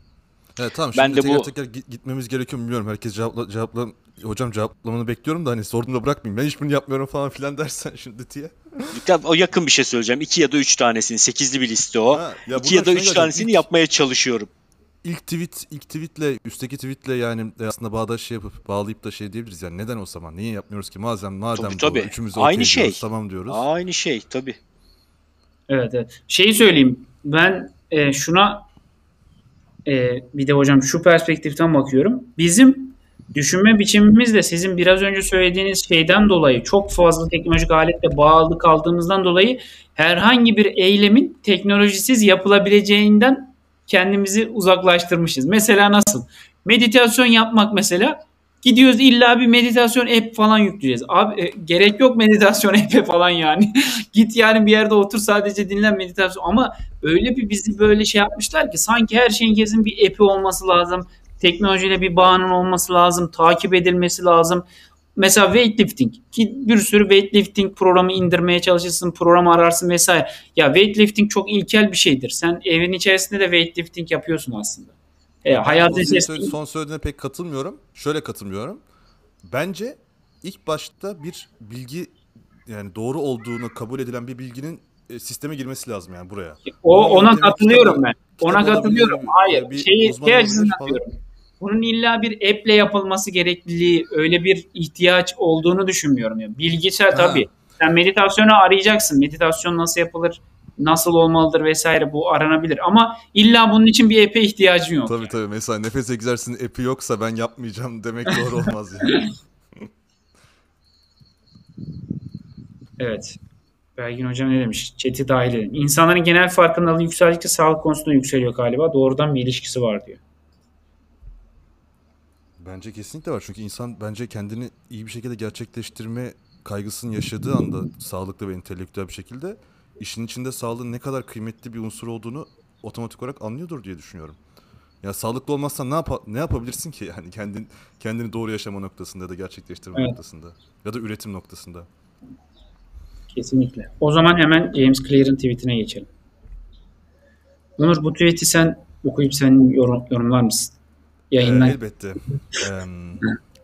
Evet, tamam, Ben şimdi de teker bu teker git- gitmemiz gerekiyor mu bilmiyorum. Herkes cevapla, cevapla, hocam cevaplamanı bekliyorum da hani sorduğumda bırakmayayım. Ben hiçbirini yapmıyorum falan filan dersen şimdi diye. o yakın bir şey söyleyeceğim. İki ya da üç tanesini. Sekizli bir liste o. Ha, ya İki buradan ya da şuna üç geleceğim. tanesini İlk, yapmaya çalışıyorum. ilk tweet, ilk tweetle, üstteki tweetle yani aslında bağdaş şey yapıp bağlayıp da şey diyebiliriz. Yani neden o zaman? Niye yapmıyoruz ki? Madem madem Tabii doğru. tabii. Üçümüz de Aynı okey şey. diyoruz. Tamam diyoruz. Aynı şey tabii. Evet, evet. Şeyi söyleyeyim. Ben e, şuna e, bir de hocam şu perspektiften bakıyorum. Bizim düşünme biçimimiz de sizin biraz önce söylediğiniz şeyden dolayı çok fazla teknolojik aletle bağlı kaldığımızdan dolayı herhangi bir eylemin teknolojisiz yapılabileceğinden kendimizi uzaklaştırmışız. Mesela nasıl? Meditasyon yapmak mesela. Gidiyoruz illa bir meditasyon app falan yükleyeceğiz. Abi e, gerek yok meditasyon app'e falan yani. Git yani bir yerde otur sadece dinlen meditasyon. Ama öyle bir bizi böyle şey yapmışlar ki sanki her şeyin kesin bir app'i olması lazım. Teknolojiyle bir bağının olması lazım. Takip edilmesi lazım. Mesela weightlifting ki bir sürü weightlifting programı indirmeye çalışırsın, programı ararsın vesaire. Ya weightlifting çok ilkel bir şeydir. Sen evin içerisinde de weightlifting yapıyorsun aslında. E, Ya ben o hayatın senin söyle- içerisinde son söylediğine pek katılmıyorum. Şöyle katılmıyorum. Bence ilk başta bir bilgi, yani doğru olduğunu kabul edilen bir bilginin e, sisteme girmesi lazım yani buraya. o Bunun ona yöntemi katılıyorum kitap, ben. kitap Ona katılıyorum. olabilir, Hayır. e, bir Şeyi uzman şey olabilir açısından falan. diyorum. Bunun illa bir app'le yapılması gerekliliği, öyle bir ihtiyaç olduğunu düşünmüyorum. Yani bilgisayar tabii. Ha, Sen meditasyonu arayacaksın. Meditasyon nasıl yapılır, nasıl olmalıdır vesaire bu aranabilir. Ama illa bunun için bir app'e ihtiyacın yok tabii yani. tabii. Mesela nefes egzersizinin app'i yoksa ben yapmayacağım demek doğru olmaz yani. Evet. Belgin Hocam ne demiş? Chat'i dahil edin. İnsanların genel farkındalığı yükseldikçe sağlık konusunda yükseliyor galiba. Doğrudan bir ilişkisi var diyor. Bence kesinlikle var. Çünkü insan bence kendini iyi bir şekilde gerçekleştirme kaygısını yaşadığı anda sağlıklı ve entelektüel bir şekilde işin içinde sağlığın ne kadar kıymetli bir unsur olduğunu otomatik olarak anlıyordur diye düşünüyorum. Ya sağlıklı olmazsan ne yap ne yapabilirsin ki yani kendin kendini doğru yaşama noktasında ya da gerçekleştirme Evet. noktasında ya da üretim noktasında. Kesinlikle. O zaman hemen James Clear'ın tweetine geçelim. Onur bu tweet'i sen okuyup sen yorum, yorumlar mısın? Ee, Yayından. elbette. Em,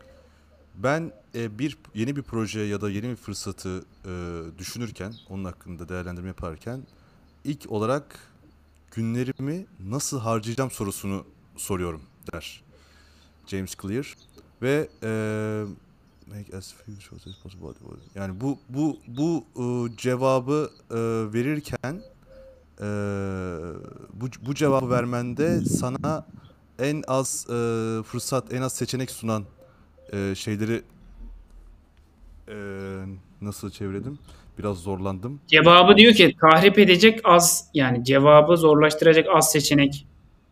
ben e, bir yeni bir proje ya da yeni bir fırsatı e, düşünürken, onun hakkında değerlendirme yaparken ilk olarak günlerimi nasıl harcayacağım sorusunu soruyorum der James Clear ve e, make as few choices as possible. Yani bu bu bu e, cevabı e, verirken e, bu bu cevabı vermende sana en az e, fırsat, en az seçenek sunan e, şeyleri e, nasıl çevirdim? Biraz zorlandım. Cevabı diyor ki tahrip edecek az yani cevabı zorlaştıracak az seçenek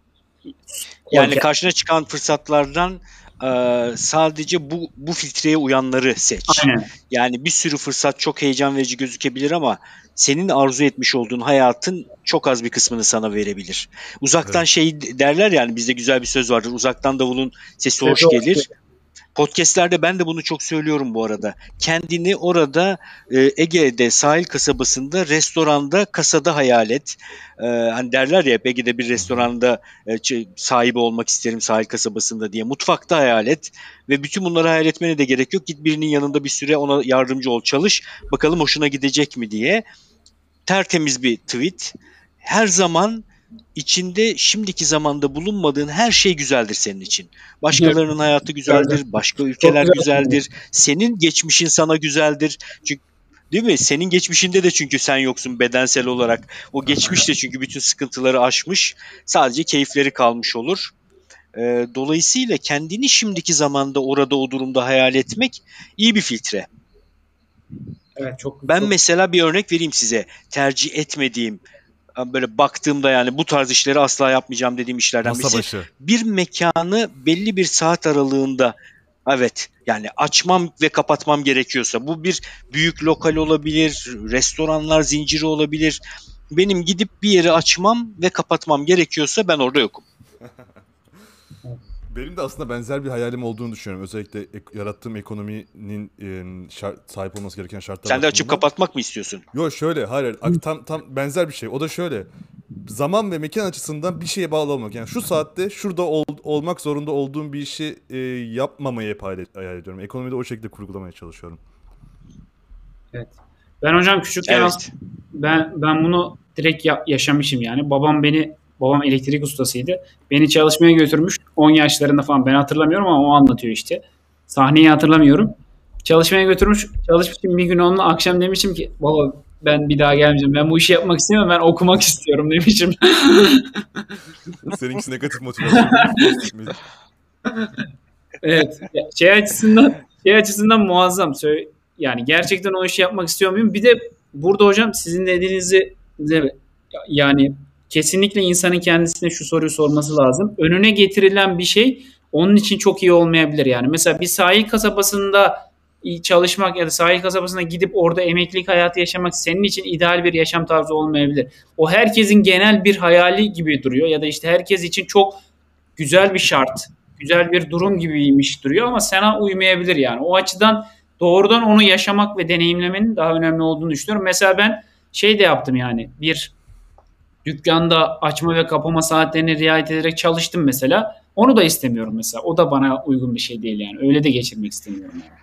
Yani koy. karşına çıkan fırsatlardan e, sadece bu bu filtreye uyanları seç. Aynen. Yani bir sürü fırsat çok heyecan verici gözükebilir ama senin arzu etmiş olduğun hayatın çok az bir kısmını sana verebilir. Uzaktan Evet. şey derler yani, bizde güzel bir söz vardır. Uzaktan davulun sesi hoş Sesi hoş gelir. Podcast'lerde ben de bunu çok söylüyorum bu arada. Kendini orada e, Ege'de sahil kasabasında restoranda kasada hayal et. E, hani derler ya hep Ege'de bir restoranda e, ç- sahibi olmak isterim sahil kasabasında diye. Mutfakta hayal et ve bütün bunları hayal etmene de gerek yok. Git birinin yanında bir süre ona yardımcı ol, çalış. Bakalım hoşuna gidecek mi diye. Tertemiz bir tweet. Her zaman içinde şimdiki zamanda bulunmadığın her şey güzeldir senin için. Başkalarının hayatı güzeldir, başka Çok ülkeler güzel. güzeldir. Senin geçmişin sana güzeldir. Çünkü değil mi? Senin geçmişinde de çünkü sen yoksun bedensel olarak. O geçmiş de çünkü bütün sıkıntıları aşmış. Sadece keyifleri kalmış olur. Ee, dolayısıyla kendini şimdiki zamanda orada o durumda hayal etmek iyi bir filtre. Evet çok Ben çok mesela bir örnek vereyim size. Tercih etmediğim, böyle baktığımda yani bu tarz işleri asla yapmayacağım dediğim işlerden Masa birisi. başı. Bir mekanı belli bir saat aralığında, evet yani açmam ve kapatmam gerekiyorsa, bu bir büyük lokal olabilir, restoranlar zinciri olabilir. Benim gidip bir yeri açmam ve kapatmam gerekiyorsa ben orada yokum. Benim de aslında benzer bir hayalim olduğunu düşünüyorum. Özellikle ek- yarattığım ekonominin e, şart, sahip olması gereken şartlar Sen de açıp bakımından. kapatmak mı istiyorsun? Yok şöyle, hayır, ak- tam tam benzer bir şey. O da şöyle. zaman ve mekan açısından bir şeye bağlı olmak. Yani şu saatte şurada ol, olmak zorunda olduğum bir işi e, yapmamayı hep hayal, hayal ediyorum. Ekonomide o şekilde kurgulamaya çalışıyorum. Evet. Ben hocam küçükken Evet. as- ben ben bunu direkt ya- yaşamışım yani. Babam beni babam elektrik ustasıydı. Beni çalışmaya götürmüş. on yaşlarında falan, ben hatırlamıyorum ama o anlatıyor işte. Sahneyi hatırlamıyorum. Çalışmaya götürmüş. Çalışmışım bir gün onunla, akşam demişim ki baba ben bir daha gelmeyeceğim. Ben bu işi yapmak istemiyorum. Ben okumak istiyorum demişim. Seninkisi negatif motivasyon. Pozitif mi? Evet. Ya, Şey açısından şey açısından muazzam. Sö- Yani gerçekten o işi yapmak istiyor muyum? Bir de burada hocam sizin dediğinizi de- yani kesinlikle insanın kendisine şu soruyu sorması lazım. Önüne getirilen bir şey onun için çok iyi olmayabilir yani. Mesela bir sahil kasabasında iyi çalışmak ya da sahil kasabasına gidip orada emeklilik hayatı yaşamak senin için ideal bir yaşam tarzı olmayabilir. O herkesin genel bir hayali gibi duruyor ya da işte herkes için çok güzel bir şart, güzel bir durum gibiymiş duruyor ama sana uymayabilir yani. O açıdan doğrudan onu yaşamak ve deneyimlemenin daha önemli olduğunu düşünüyorum. Mesela ben şey de yaptım yani, bir dükkanda açma ve kapama saatlerine riayet ederek çalıştım mesela. Onu da istemiyorum mesela. O da bana uygun bir şey değil yani. Öyle de geçirmek istemiyorum yani.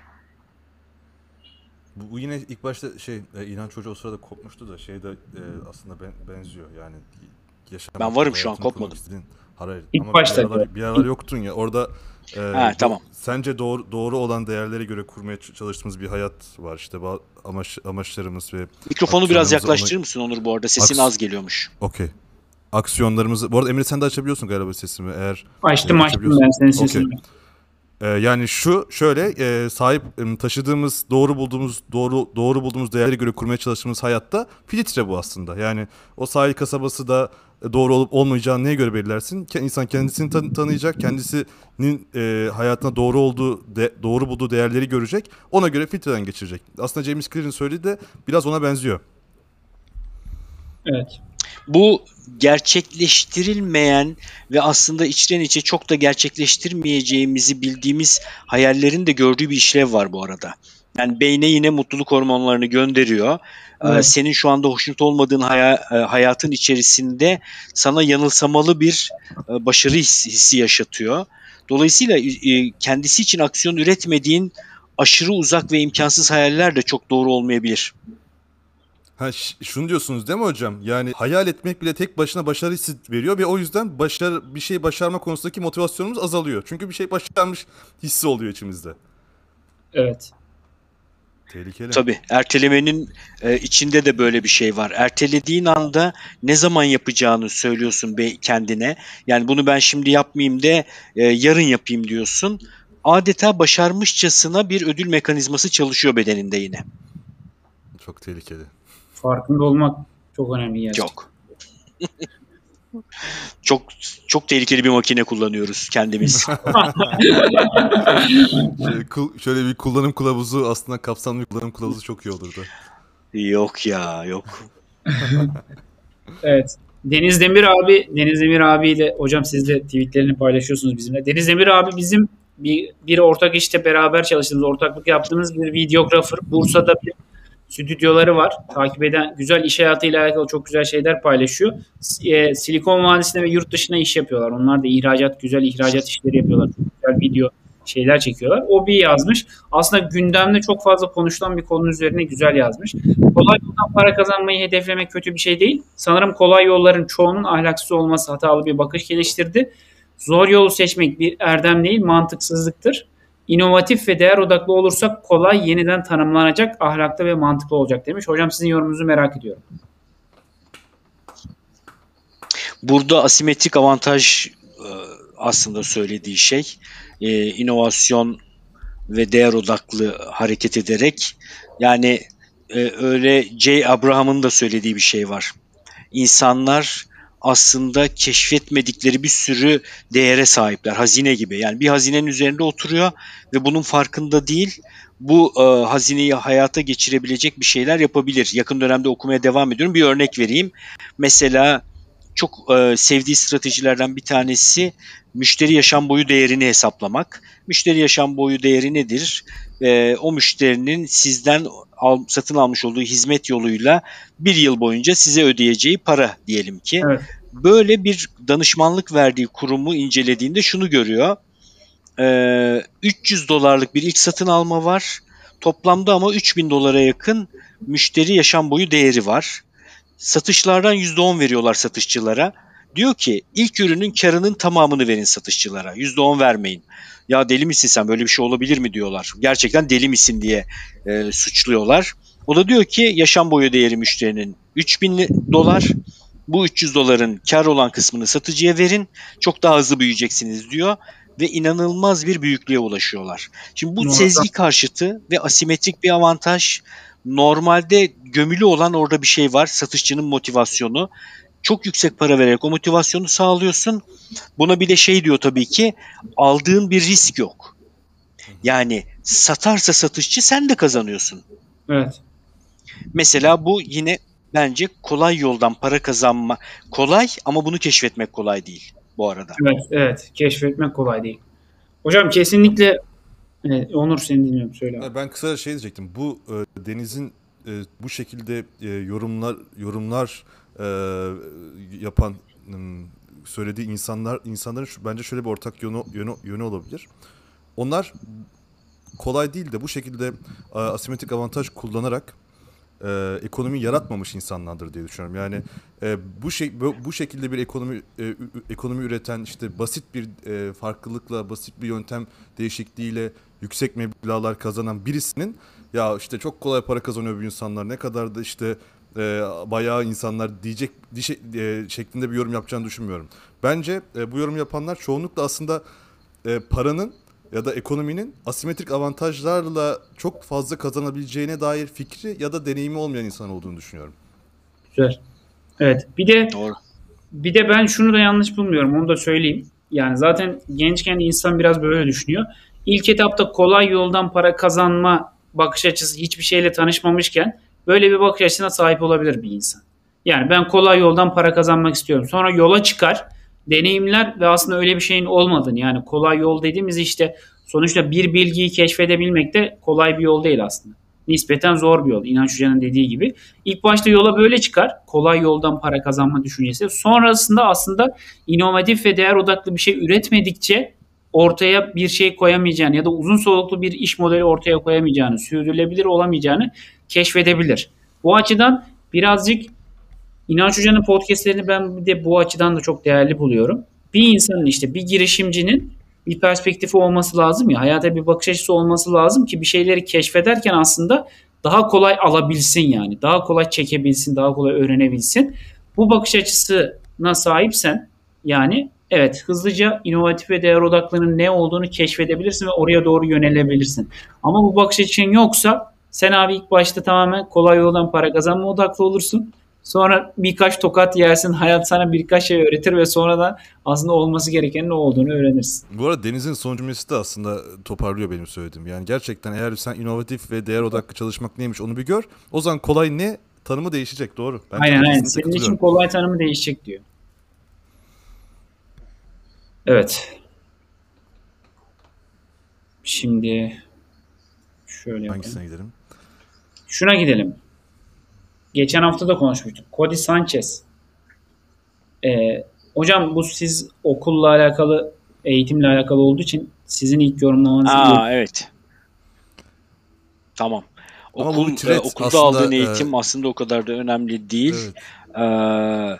Bu, bu yine ilk başta şey e, İlhan Çocuğu o sırada kopmuştu da şeyde e, aslında ben, benziyor yani yaşamak, Ben varım şu an, hayatını kurmak kopmadım. istediğin- Hayır, İlk ama başta bir aralar, bir aralar yoktun ya orada e, Ha, bu tamam. sence doğru doğru olan değerlere göre kurmaya ç- çalıştığımız bir hayat var işte ba- amaç amaçlarımız ve Mikrofonu biraz aksiyonlarımızı yaklaştırır ona- mısın Onur bu arada? Sesin Aks- az geliyormuş. Okey. Aksiyonlarımızı bu arada Emre sen de açabiliyorsun galiba sesimi eğer Açtım e, açtım açabiliyorsun. ben senin Okey. sesini. Ee, yani şu şöyle e, sahip em, taşıdığımız doğru bulduğumuz doğru doğru bulduğumuz değerlere göre kurmaya çalıştığımız hayatta filtre bu aslında. Yani o sahil kasabası da e, doğru olup olmayacağını neye göre belirlersin? Ke- İnsan kendisini tan- tanıyacak, kendisinin e, hayatına doğru olduğu de- doğru bulduğu değerleri görecek. Ona göre filtreden geçirecek. Aslında James Clear'in söylediği de biraz ona benziyor. Evet. Bu gerçekleştirilmeyen ve aslında içten içe çok da gerçekleştirmeyeceğimizi bildiğimiz hayallerin de gördüğü bir işlev var bu arada. Yani beyne yine mutluluk hormonlarını gönderiyor. Ee, Evet. Senin şu anda hoşnut olmadığın haya- e, hayatın içerisinde sana yanılsamalı bir e, başarı hissi, hissi yaşatıyor. Dolayısıyla e, kendisi için aksiyon üretmediğin aşırı uzak ve imkansız hayaller de çok doğru olmayabilir. Ha ş- şunu diyorsunuz değil mi hocam? Yani hayal etmek bile tek başına başarı hissi veriyor ve o yüzden başarı bir şey başarma konusundaki motivasyonumuz azalıyor. Çünkü bir şey başarmış hissi oluyor içimizde. Evet. Tehlikeli. Tabii ertelemenin e, içinde de böyle bir şey var. Ertelediğin anda ne zaman yapacağını söylüyorsun be kendine. Yani bunu ben şimdi yapmayayım da e, yarın yapayım diyorsun. Adeta başarmışçasına bir ödül mekanizması çalışıyor bedeninde yine. Çok tehlikeli. Farkında olmak çok önemli gerçekten. Çok. Çok çok tehlikeli bir makine kullanıyoruz kendimiz. Şöyle, kul- şöyle bir kullanım kılavuzu aslında kapsamlı bir kullanım kılavuzu çok iyi olurdu. Yok ya, yok. Evet. Deniz Demir abi, Deniz Demir abiyle hocam siz de tweetlerini paylaşıyorsunuz bizimle. Deniz Demir abi bizim bir, bir ortak işte beraber çalıştığımız, ortaklık yaptığımız bir videografer. Bursa'da bir stüdyoları var. Takip eden, güzel iş hayatıyla alakalı çok güzel şeyler paylaşıyor. S- e, Silikon Vadisi'ne ve yurt dışına iş yapıyorlar. Onlar da ihracat, güzel ihracat işleri yapıyorlar. Çok güzel video şeyler çekiyorlar. O bir yazmış. Aslında gündemde çok fazla konuşulan bir konu üzerine güzel yazmış. Kolay yoldan para kazanmayı hedeflemek kötü bir şey değil. Sanırım kolay yolların çoğunun ahlaksız olması hatalı bir bakış geliştirdi. Zor yolu seçmek bir erdem değil, mantıksızlıktır. İnovatif ve değer odaklı olursak kolay yeniden tanımlanacak, ahlaklı ve mantıklı olacak demiş. Hocam sizin yorumunuzu merak ediyorum. Burada asimetrik avantaj e, aslında söylediği şey. E, inovasyon ve değer odaklı hareket ederek, yani e, öyle J. Abraham'ın da söylediği bir şey var. İnsanlar aslında keşfetmedikleri bir sürü değere sahipler. Hazine gibi. Yani bir hazinenin üzerinde oturuyor ve bunun farkında değil. Bu e, hazineyi hayata geçirebilecek bir şeyler yapabilir. Yakın dönemde okumaya devam ediyorum. Bir örnek vereyim. Mesela çok e, sevdiği stratejilerden bir tanesi müşteri yaşam boyu değerini hesaplamak. Müşteri yaşam boyu değeri nedir? E, o müşterinin sizden al, satın almış olduğu hizmet yoluyla bir yıl boyunca size ödeyeceği para diyelim ki. Evet. Böyle bir danışmanlık verdiği kurumu incelediğinde şunu görüyor. E, üç yüz dolarlık bir ilk satın alma var. Toplamda ama üç bin dolara yakın müşteri yaşam boyu değeri var. Satışlardan yüzde on veriyorlar satışçılara. Diyor ki ilk ürünün karının tamamını verin satışçılara. yüzde on vermeyin. Ya deli misin sen, böyle bir şey olabilir mi diyorlar. Gerçekten deli misin diye e, suçluyorlar. O da diyor ki yaşam boyu değeri müşterinin üç bin dolar. Bu üç yüz doların kar olan kısmını satıcıya verin. Çok daha hızlı büyüyeceksiniz diyor. Ve inanılmaz bir büyüklüğe ulaşıyorlar. Şimdi bu sezgi karşıtı ve asimetrik bir avantaj. Normalde gömülü olan orada bir şey var. Satışçının motivasyonu. Çok yüksek para vererek o motivasyonu sağlıyorsun. Buna bir de şey diyor tabii ki, aldığın bir risk yok. Yani satarsa satışçı sen de kazanıyorsun. Evet. Mesela bu yine bence kolay yoldan para kazanma. Kolay ama bunu keşfetmek kolay değil bu arada. Evet, evet. Keşfetmek kolay değil. Hocam kesinlikle evet, Onur seni dinliyorum, söyle abi. Ben kısaca şey diyecektim. Bu e, Deniz'in e, bu şekilde e, yorumlar yorumlar e, yapan e, söylediği insanlar insanların şu, bence şöyle bir ortak yönü, yönü, yönü olabilir. Onlar kolay değil de bu şekilde e, asimetrik avantaj kullanarak e, ekonomi yaratmamış insanlardır diye düşünüyorum. Yani e, bu şey bu, bu şekilde bir ekonomi e, ekonomi üreten, işte basit bir e, farklılıkla, basit bir yöntem değişikliğiyle yüksek meblağlar kazanan birisinin ya işte çok kolay para kazanıyor bu insanlar, ne kadar da işte e, bayağı insanlar diyecek dişe, e, şeklinde bir yorum yapacağını düşünmüyorum. Bence e, bu yorum yapanlar çoğunlukla aslında e, paranın ya da ekonominin asimetrik avantajlarla çok fazla kazanabileceğine dair fikri ya da deneyimi olmayan insan olduğunu düşünüyorum. Güzel. Evet. Bir de Doğru. bir de ben şunu da yanlış bulmuyorum. Onu da söyleyeyim. Yani zaten gençken insan biraz böyle düşünüyor. İlk etapta kolay yoldan para kazanma bakış açısı, hiçbir şeyle tanışmamışken böyle bir bakış açısına sahip olabilir bir insan. Yani ben kolay yoldan para kazanmak istiyorum. Sonra yola çıkar, deneyimler ve aslında öyle bir şeyin olmadığını, yani kolay yol dediğimiz işte sonuçta bir bilgiyi keşfedebilmek de kolay bir yol değil aslında. Nispeten zor bir yol. İnanç Hoca'nın dediği gibi. İlk başta yola böyle çıkar. Kolay yoldan para kazanma düşüncesi. Sonrasında aslında inovatif ve değer odaklı bir şey üretmedikçe ortaya bir şey koyamayacağını ya da uzun soluklu bir iş modeli ortaya koyamayacağını, sürdürülebilir olamayacağını keşfedebilir. Bu açıdan birazcık İnanç Hoca'nın podcastlerini ben bir de bu açıdan da çok değerli buluyorum. Bir insanın, işte bir girişimcinin bir perspektifi olması lazım ya, hayata bir bakış açısı olması lazım ki bir şeyleri keşfederken aslında daha kolay alabilsin yani. Daha kolay çekebilsin, daha kolay öğrenebilsin. Bu bakış açısına sahipsen yani evet, hızlıca inovatif ve değer odaklının ne olduğunu keşfedebilirsin ve oraya doğru yönelebilirsin. Ama bu bakış açın yoksa sen abi ilk başta tamamen kolay yoldan para kazanma odaklı olursun. Sonra birkaç tokat yersin, hayat sana birkaç şey öğretir ve sonra da aslında olması gerekenin ne olduğunu öğrenirsin. Bu arada Deniz'in son cümlesi de aslında toparlıyor benim söylediğim. Yani gerçekten eğer sen inovatif ve değer odaklı çalışmak neymiş onu bir gör. O zaman kolay ne tanımı değişecek, doğru. Bence aynen aynen. Senin için kolay tanımı değişecek diyor. Evet. Şimdi şöyle yapalım. Hangisine gidelim? Şuna gidelim. Geçen hafta da konuşmuştuk. Cody Sanchez. Ee, hocam bu siz okulla alakalı, eğitimle alakalı olduğu için sizin ilk yorumlamanızı... Aa evet. Tamam. Ama Okul, bu thread okulda aslında, aldığın eğitim e, aslında o kadar da önemli değil. Evet. Ee,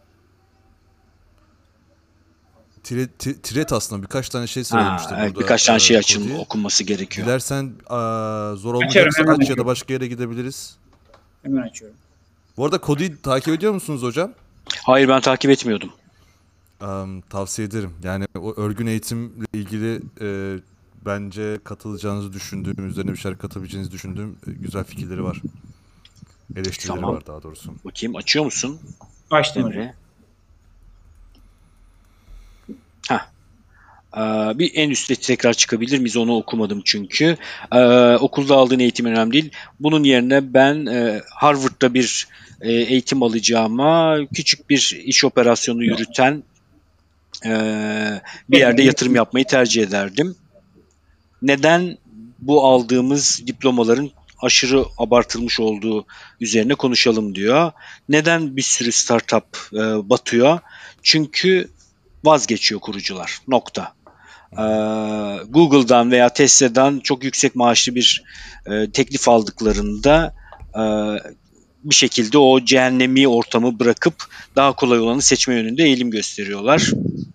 Tiret, tiret aslında birkaç tane şey söylemişti ha, burada. evet, birkaç tane şey e, açın Cody. okunması gerekiyor. Dilersen a, zor olmayacaksa Açarım, hemen aç ya açıyorum. da başka yere gidebiliriz. Hemen açıyorum. Bu arada Cody'yi takip ediyor musunuz hocam? Hayır, ben takip etmiyordum. Um, tavsiye ederim. Yani o örgün eğitimle ilgili e, bence katılacağınızı düşündüğüm, üzerine bir şeyler katabileceğinizi düşündüğüm e, güzel fikirleri var. Eleştirileri Tamam. var daha doğrusu. Bakayım, açıyor musun Açtım hocam. Emre? Heh. Ee, bir en üstte tekrar çıkabilir miyiz? Onu okumadım çünkü. Ee, okulda aldığın eğitim önemli değil. Bunun yerine ben e, Harvard'da bir e, eğitim alacağıma küçük bir iş operasyonu yürüten e, bir yerde yatırım yapmayı tercih ederdim. Neden bu aldığımız diplomaların aşırı abartılmış olduğu üzerine konuşalım diyor. Neden bir sürü startup e, batıyor? Çünkü vazgeçiyor kurucular. Nokta. Ee, Google'dan veya Tesla'dan çok yüksek maaşlı bir e, teklif aldıklarında e, bir şekilde o cehennemi ortamı bırakıp daha kolay olanı seçme yönünde eğilim gösteriyorlar.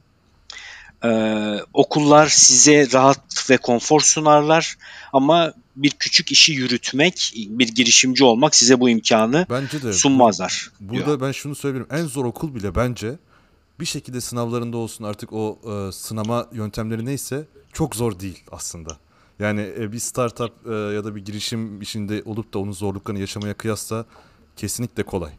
Ee, okullar size rahat ve konfor sunarlar ama bir küçük işi yürütmek, bir girişimci olmak size bu imkanı Bence de sunmazlar. Bu, burada diyor. ben şunu söyleyeyim. En zor okul bile bence bir şekilde sınavlarında olsun artık o e, sınama yöntemleri neyse çok zor değil aslında. Yani e, bir startup e, ya da bir girişim işinde olup da onun zorluklarını yaşamaya kıyasla kesinlikle kolay.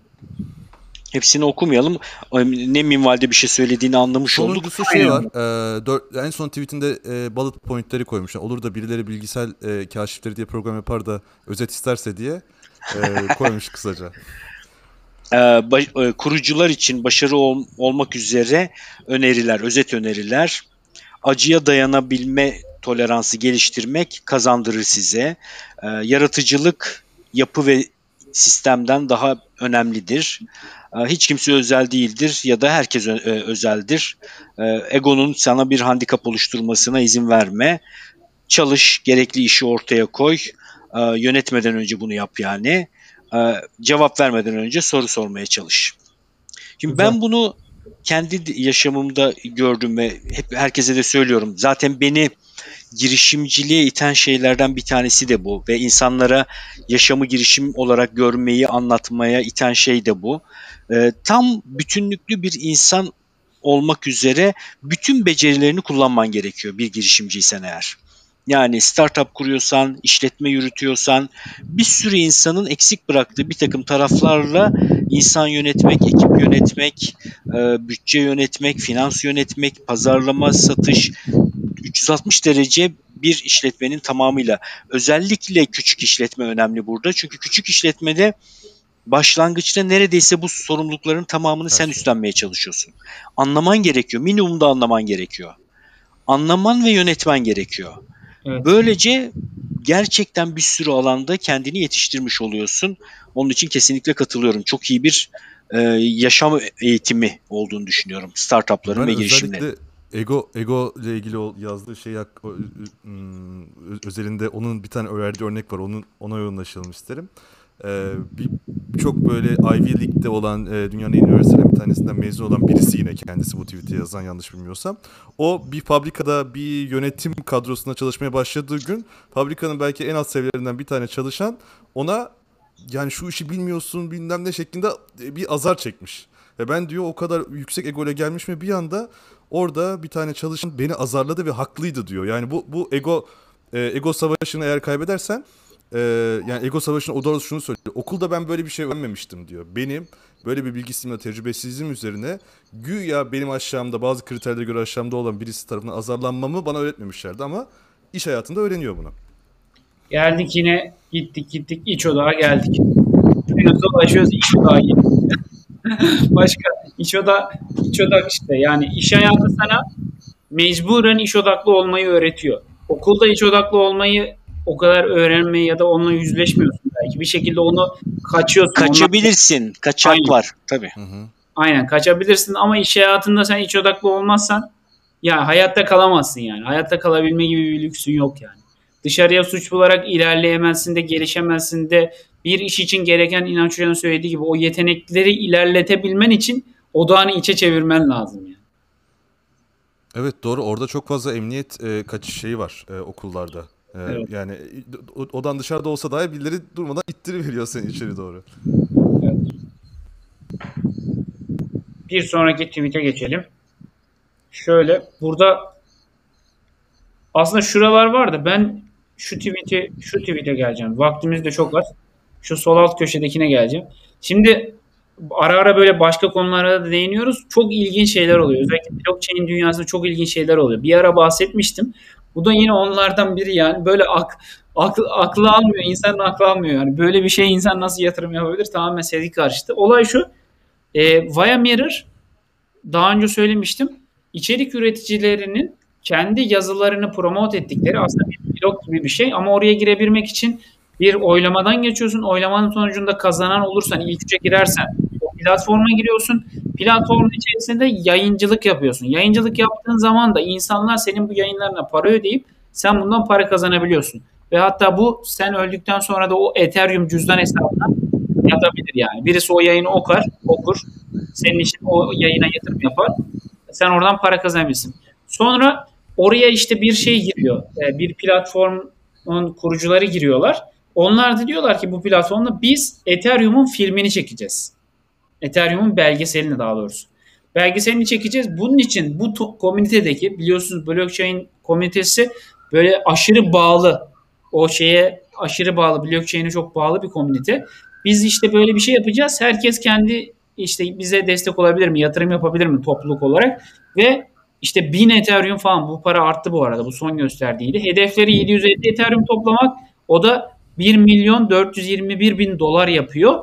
Hepsini okumayalım. Ne minvalde bir şey söylediğini anlamış olduk. Sonuncusu şey var. E, dört, en son tweetinde e, bullet pointleri koymuş. Yani olur da birileri bilgisayar e, kaşifleri diye program yapar da özet isterse diye e, koymuş kısaca. Ee, baş, e, kurucular için başarı ol, olmak üzere öneriler, özet öneriler. Acıya dayanabilme toleransı geliştirmek kazandırır size. Ee, yaratıcılık yapı ve sistemden daha önemlidir. Ee, hiç kimse özel değildir ya da herkes ö- ö- özeldir. Ee, egonun sana bir handikap oluşturmasına izin verme. Çalış, gerekli işi ortaya koy. Ee, yönetmeden önce bunu yap yani. Ee, cevap vermeden önce soru sormaya çalış. Şimdi Güzel. ben bunu kendi yaşamımda gördüm ve hep herkese de söylüyorum. Zaten beni girişimciliğe iten şeylerden bir tanesi de bu ve insanlara yaşamı girişim olarak görmeyi anlatmaya iten şey de bu. Ee, tam bütünlüklü bir insan olmak üzere bütün becerilerini kullanman gerekiyor bir girişimciysen eğer. Yani startup kuruyorsan, işletme yürütüyorsan bir sürü insanın eksik bıraktığı bir takım taraflarla insan yönetmek, ekip yönetmek, e, bütçe yönetmek, finans yönetmek, pazarlama, satış üç yüz altmış derece bir işletmenin tamamıyla. Özellikle küçük işletme önemli burada. Çünkü küçük işletmede başlangıçta neredeyse bu sorumlulukların tamamını sen şey. üstlenmeye çalışıyorsun. Anlaman gerekiyor. Minimumda anlaman gerekiyor. Anlaman ve yönetmen gerekiyor. Evet. Böylece gerçekten bir sürü alanda kendini yetiştirmiş oluyorsun. Onun için kesinlikle katılıyorum. Çok iyi bir e, yaşam eğitimi olduğunu düşünüyorum startupların Ben ve girişimlerin. özellikle ego ego ile ilgili o yazdığı şey hak- o- ım, ö- özelinde onun bir tane verdiği örnek var. Onun ona yoğunlaşalım isterim. Ee, bir çok böyle Ivy League'de olan e, dünyanın en iyi üniversitelerinden bir tanesinden mezun olan birisi yine kendisi bu tweet'i yazan yanlış bilmiyorsam. O bir fabrikada bir yönetim kadrosunda çalışmaya başladığı gün fabrikanın belki en alt seviyelerinden bir tane çalışan ona yani şu işi bilmiyorsun bilmem ne şeklinde bir azar çekmiş. Ve ben diyor o kadar yüksek egoyla gelmiş mi bir anda orada bir tane çalışan beni azarladı ve haklıydı diyor. Yani bu bu ego e, ego savaşını eğer kaybedersen e, yani ego savaşını o doğrusu şunu söylüyor. Okulda ben böyle bir şey öğrenmemiştim diyor. Benim böyle bir bilgisizliğimle tecrübesizliğim üzerine güya benim aşağımda bazı kriterlere göre aşağımda olan birisi tarafından azarlanmamı bana öğretmemişlerdi ama iş hayatında öğreniyor bunu. Geldik yine gittik gittik iç odağa geldik. Biraz dolaşıyoruz iç odağa gittik. Başka iç oda iç odak işte yani iş hayatı sana mecburen iş odaklı olmayı öğretiyor. Okulda iç odaklı olmayı o kadar öğrenmeyi ya da onunla yüzleşmiyorsun belki. Bir şekilde onu kaçıyorsun. Kaçabilirsin. Ondan... Kaçak Aynen. var tabii. Hı hı. Aynen kaçabilirsin ama iş hayatında sen iç odaklı olmazsan ya hayatta kalamazsın yani. Hayatta kalabilme gibi bir lüksün yok yani. Dışarıya suç bularak ilerleyemezsin de gelişemezsin de bir iş için gereken İnanç Hoca'nın söylediği gibi o yetenekleri ilerletebilmen için odağını içe çevirmen lazım yani. Evet doğru orada çok fazla emniyet e, kaçış şeyi var e, okullarda. E, Evet. Yani odan dışarıda olsa dahi birileri durmadan ittiriveriyor seni içeri doğru. Evet. Bir sonraki tweet'e geçelim. Şöyle burada aslında şuralar var da ben şu tweet'e şu tweet'e geleceğim. Vaktimiz de çok az. Şu sol alt köşedekine geleceğim. Şimdi ara ara böyle başka konulara da değiniyoruz. Çok ilginç şeyler oluyor. Özellikle blockchain dünyasında çok ilginç şeyler oluyor. Bir ara bahsetmiştim. Bu da yine onlardan biri yani. Böyle ak, aklı, aklı almıyor. İnsanın aklı almıyor. Yani böyle bir şey insan nasıl yatırım yapabilir? Tamamen sevgi karşıtı. Olay şu. E, Via Mirror, daha önce söylemiştim, İçerik üreticilerinin kendi yazılarını promote ettikleri aslında bir blog gibi bir şey. Ama oraya girebilmek için bir oylamadan geçiyorsun. Oylamanın sonucunda kazanan olursan, ilk üçe girersen o platforma giriyorsun. Platformun içerisinde yayıncılık yapıyorsun. Yayıncılık yaptığın zaman da insanlar senin bu yayınlarına para ödeyip sen bundan para kazanabiliyorsun. Ve hatta bu sen öldükten sonra da o Ethereum cüzdan hesabına yatabilir yani. Birisi o yayını okar, okur. Senin için o yayına yatırım yapar. Sen oradan para kazanabilirsin. Sonra oraya işte bir şey giriyor. Bir platformun kurucuları giriyorlar. Onlar da diyorlar ki bu platformda biz Ethereum'un filmini çekeceğiz. Ethereum'un belgeselini daha doğrusu. Belgeselini çekeceğiz. Bunun için bu to- komünitedeki, biliyorsunuz blockchain komünitesi böyle aşırı bağlı. O şeye aşırı bağlı. Blockchain'e çok bağlı bir komünite. Biz işte böyle bir şey yapacağız. Herkes kendi işte bize destek olabilir mi? Yatırım yapabilir mi topluluk olarak? Ve işte bin Ethereum falan, bu para arttı bu arada. Bu son gösterdiğiydi. Hedefleri yedi yüz elli Ethereum toplamak. O da bir milyon dört yüz yirmi bir bin dolar yapıyor.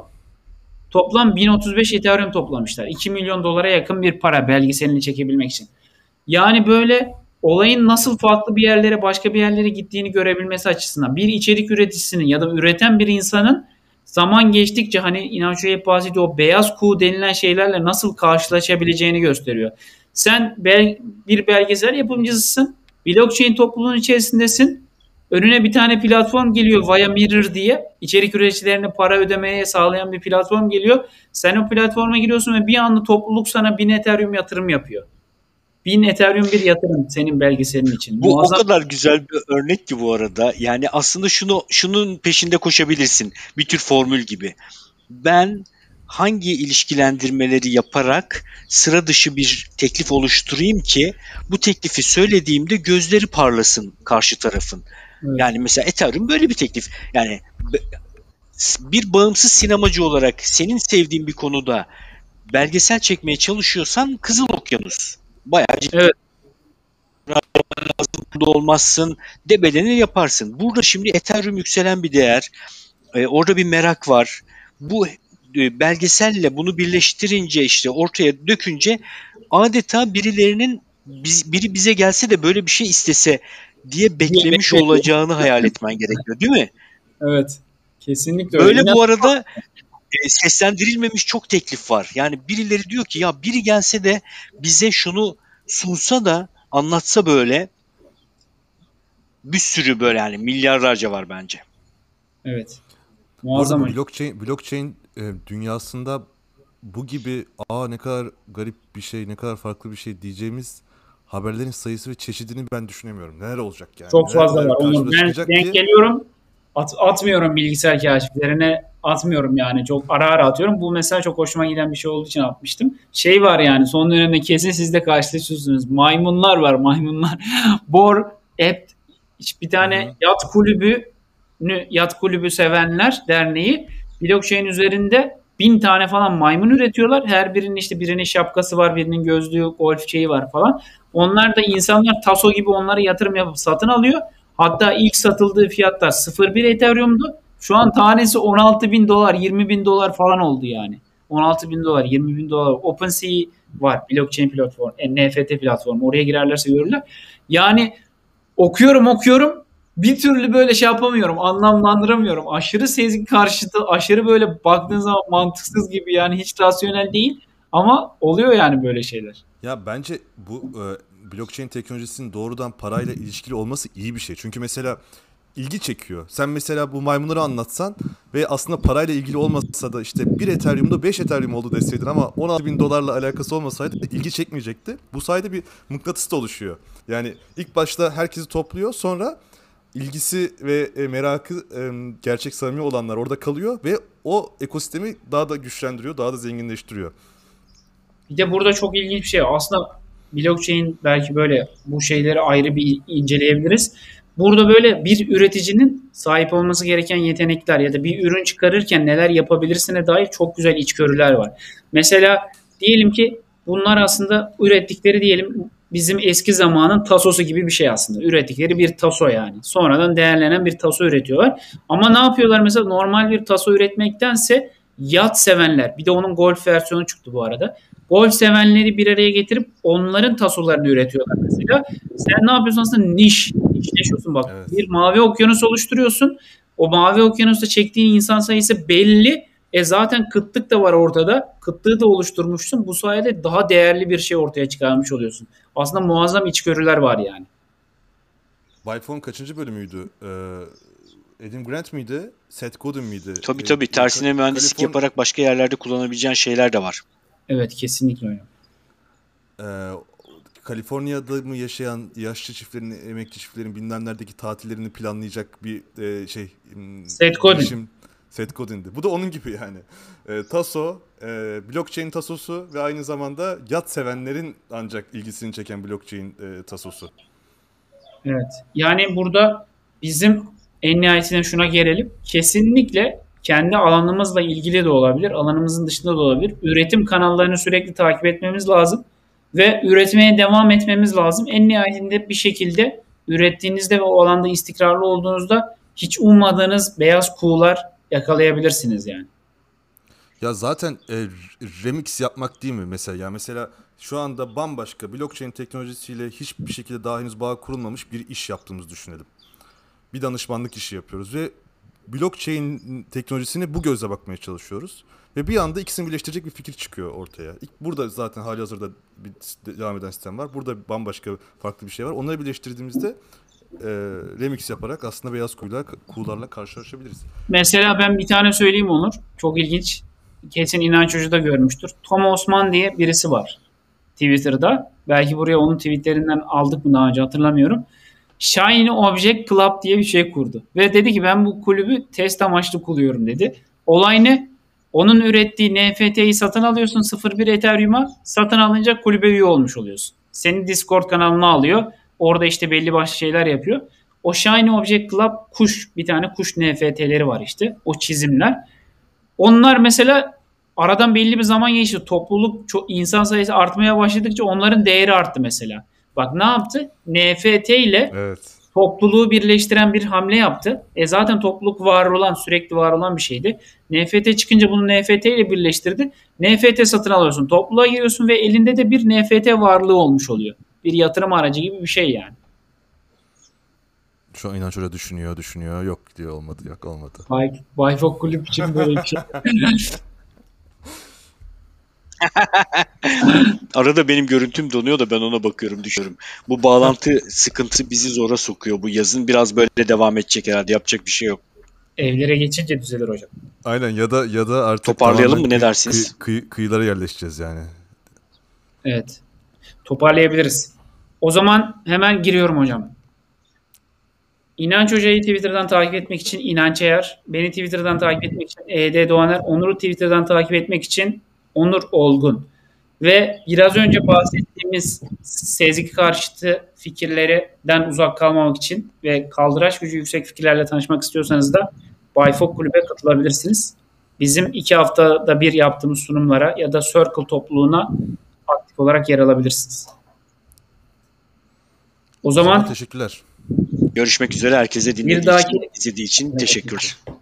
Toplam bin otuz beş Ethereum toplamışlar. iki milyon dolara yakın bir para belgeselini çekebilmek için. Yani böyle olayın nasıl farklı bir yerlere, başka bir yerlere gittiğini görebilmesi açısından bir içerik üreticisinin ya da üreten bir insanın zaman geçtikçe hani İnanç hep bahsediyor, o beyaz kuğu denilen şeylerle nasıl karşılaşabileceğini gösteriyor. Sen bel- bir belgesel yapımcısısın. Blockchain topluluğun içerisindesin. Önüne bir tane platform geliyor, Via Mirror diye. İçerik üreticilerine para ödemeye sağlayan bir platform geliyor. Sen o platforma giriyorsun ve bir anda topluluk sana bin Ethereum yatırım yapıyor. bin Ethereum bir yatırım senin belgeselin için. Bu Muazzam. o kadar güzel bir örnek ki bu arada. Yani aslında şunu şunun peşinde koşabilirsin. Bir tür formül gibi. Ben hangi ilişkilendirmeleri yaparak sıra dışı bir teklif oluşturayım ki bu teklifi söylediğimde gözleri parlasın karşı tarafın. Evet. Yani mesela Ethereum böyle bir teklif. Yani bir bağımsız sinemacı olarak senin sevdiğin bir konuda belgesel çekmeye çalışıyorsan Kızıl Okyanus. Bayağı ciddi. Evet. Olmazsın, debeleni yaparsın. Burada şimdi Ethereum yükselen bir değer. E, orada bir merak var. Bu e, belgeselle bunu birleştirince, işte ortaya dökünce adeta birilerinin biz, biri bize gelse de böyle bir şey istese diye beklemiş olacağını hayal etmen gerekiyor, değil mi? Evet. Kesinlikle Böyle öyle. bu arada e, seslendirilmemiş çok teklif var. Yani birileri diyor ki ya biri gelse de bize şunu sunsa da anlatsa, böyle bir sürü, böyle yani milyarlarca var bence. Evet. Bu arada Muazzam. bu blockchain, blockchain e, dünyasında bu gibi aa ne kadar garip bir şey, ne kadar farklı bir şey diyeceğimiz haberlerin sayısı ve çeşidini ben düşünemiyorum. Neler olacak yani? Çok Neler fazla neler var. Onu karşımıza ben çıkacak denk ki- geliyorum. At, atmıyorum bilgisayar kaşiflerine. Atmıyorum yani. Çok ara ara atıyorum. Bu mesela çok hoşuma giden bir şey olduğu için atmıştım. Şey var yani, son dönemde kesin siz de karşılaşıyorsunuz. Maymunlar var, maymunlar. Bor App, bir tane Hı hı. yat kulübü yat kulübü sevenler derneği blockchain üzerinde bin tane falan maymun üretiyorlar. Her birinin işte birinin şapkası var, birinin gözlüğü, golf şeyi var falan. Onlar da insanlar taso gibi onları yatırım yapıp satın alıyor. Hatta ilk satıldığı fiyatlar sıfır virgül bir Ethereum'du. Şu an tanesi on altı bin dolar, yirmi bin dolar falan oldu yani. on altı bin dolar, yirmi bin dolar. OpenSea var, blockchain platform, N F T platformu. Oraya girerlerse görürler. Yani okuyorum okuyorum. Bir türlü böyle şey yapamıyorum, anlamlandıramıyorum. Aşırı sezgi karşıtı, aşırı böyle baktığın zaman mantıksız gibi, yani hiç rasyonel değil. Ama oluyor yani böyle şeyler. Ya bence bu e, blockchain teknolojisinin doğrudan parayla ilişkili olması iyi bir şey. Çünkü mesela ilgi çekiyor. Sen mesela bu maymunları anlatsan ve aslında parayla ilgili olmasa da işte bir Ethereum'da beş Ethereum oldu deseydin ama on altı bin dolarla alakası olmasaydı ilgi çekmeyecekti. Bu sayede bir mıknatıs da oluşuyor. Yani ilk başta herkesi topluyor, sonra ilgisi ve e, merakı e, gerçek samimi olanlar orada kalıyor ve o ekosistemi daha da güçlendiriyor, daha da zenginleştiriyor. Bir de burada çok ilginç bir şey. Aslında blockchain belki böyle bu şeyleri ayrı bir inceleyebiliriz. Burada böyle bir üreticinin sahip olması gereken yetenekler ya da bir ürün çıkarırken neler yapabilirsine dair çok güzel içgörüler var. Mesela diyelim ki bunlar aslında ürettikleri diyelim bizim eski zamanın tasosu gibi bir şey aslında. Ürettikleri bir taso yani. Sonradan değerlenen bir taso üretiyorlar. Ama ne yapıyorlar mesela normal bir taso üretmektense yat sevenler, bir de onun golf versiyonu çıktı bu arada. Golf sevenleri bir araya getirip onların tasolarını üretiyorlar mesela. Sen ne yapıyorsun aslında niş, nişleşiyorsun bak. Evet. Bir mavi okyanus oluşturuyorsun. O mavi okyanusta çektiğin insan sayısı belli. E zaten kıtlık da var ortada. Kıtlığı da oluşturmuşsun. Bu sayede daha değerli bir şey ortaya çıkarmış oluyorsun. Aslında muazzam içgörüler var yani. Byphone kaçıncı bölümüydü? Ee, Adam Grant mıydı? Seth Godin miydi? Tabii Ee, tabii. Tersine Ka- mühendislik Kaliforn- yaparak başka yerlerde kullanabileceğin şeyler de var. Evet kesinlikle öyle. Ee, Kaliforniya'da mı yaşayan yaşlı çiftlerin, emekli çiftlerin bilmem neredeki tatillerini planlayacak bir e, şey. Seth Godin. girişim- Seth Godin'di. Bu da onun gibi yani. E, taso, e, blockchain tasosu ve aynı zamanda yat sevenlerin ancak ilgisini çeken blockchain e, tasosu. Evet. Yani burada bizim en nihayetinde şuna gelelim. Kesinlikle kendi alanımızla ilgili de olabilir, alanımızın dışında da olabilir. Üretim kanallarını sürekli takip etmemiz lazım ve üretmeye devam etmemiz lazım. En nihayetinde bir şekilde ürettiğinizde ve o alanda istikrarlı olduğunuzda hiç ummadığınız beyaz kuğular yakalayabilirsiniz yani. Ya zaten e, remix yapmak değil mi mesela? Ya mesela şu anda bambaşka blockchain teknolojisiyle hiçbir şekilde daha henüz bağ kurulmamış bir iş yaptığımızı düşünelim. Bir danışmanlık işi yapıyoruz ve blockchain teknolojisine bu gözle bakmaya çalışıyoruz. Ve bir anda ikisini birleştirecek bir fikir çıkıyor ortaya. İlk burada zaten hali hazırda bir devam eden sistem var. Burada bambaşka farklı bir şey var. Onları birleştirdiğimizde e, remix yaparak aslında beyaz kuğular, kuğularla karşılaşabiliriz. Mesela ben bir tane söyleyeyim Onur. Çok ilginç. Kesin İnanç Hoca da görmüştür. Tom Osman diye birisi var Twitter'da. Belki buraya onun tweetlerinden aldık mı daha önce hatırlamıyorum. Shiny Object Club diye bir şey kurdu. Ve dedi ki ben bu kulübü test amaçlı kuruyorum dedi. Olay ne? Onun ürettiği N F T'yi satın alıyorsun sıfır nokta bir Ethereum'a. Satın alınca kulübe üye olmuş oluyorsun. Senin Discord kanalına alıyor. Orada işte belli başlı şeyler yapıyor. O Shiny Object Club kuş, bir tane kuş N F T'leri var işte. O çizimler. Onlar mesela aradan belli bir zaman geçti. Topluluk, çok, insan sayısı artmaya başladıkça onların değeri arttı mesela. Bak ne yaptı? N F T ile Evet. topluluğu birleştiren bir hamle yaptı. E zaten topluluk var olan, sürekli var olan bir şeydi. N F T çıkınca bunu N F T ile birleştirdi. N F T satın alıyorsun, topluluğa giriyorsun ve elinde de bir N F T varlığı olmuş oluyor. Bir yatırım aracı gibi bir şey yani. Şu an İnanç Hoca düşünüyor, düşünüyor. Yok diyor, olmadı, yok olmadı. Bay, Bayfok Kulüp için böyle bir şey. Arada benim görüntüm donuyor da ben ona bakıyorum, düşüyorum. Bu bağlantı sıkıntı bizi zora sokuyor. Bu yazın biraz böyle devam edecek herhalde. Yapacak bir şey yok. Evlere geçince düzelir hocam. Aynen, ya da ya da artık Toparlayalım tamamen mı, ne kıy- dersiniz? kıy- kıy- kıyılara yerleşeceğiz yani. Evet. Toparlayabiliriz. O zaman hemen giriyorum hocam. İnanç Hoca'yı Twitter'dan takip etmek için İnanç Eğer, beni Twitter'dan takip etmek için E D Doğaner, Onur'u Twitter'dan takip etmek için Onur Olgun. Ve biraz önce bahsettiğimiz sezgi karşıtı fikirlerden uzak kalmamak için ve kaldıraç gücü yüksek fikirlerle tanışmak istiyorsanız da Bayfok Kulübe katılabilirsiniz. Bizim iki haftada bir yaptığımız sunumlara ya da Circle topluluğuna aktif olarak yer alabilirsiniz. O O zaman zaman teşekkürler. Görüşmek üzere. Herkese dinlediği Bir dahaki- için, izlediği için teşekkürler.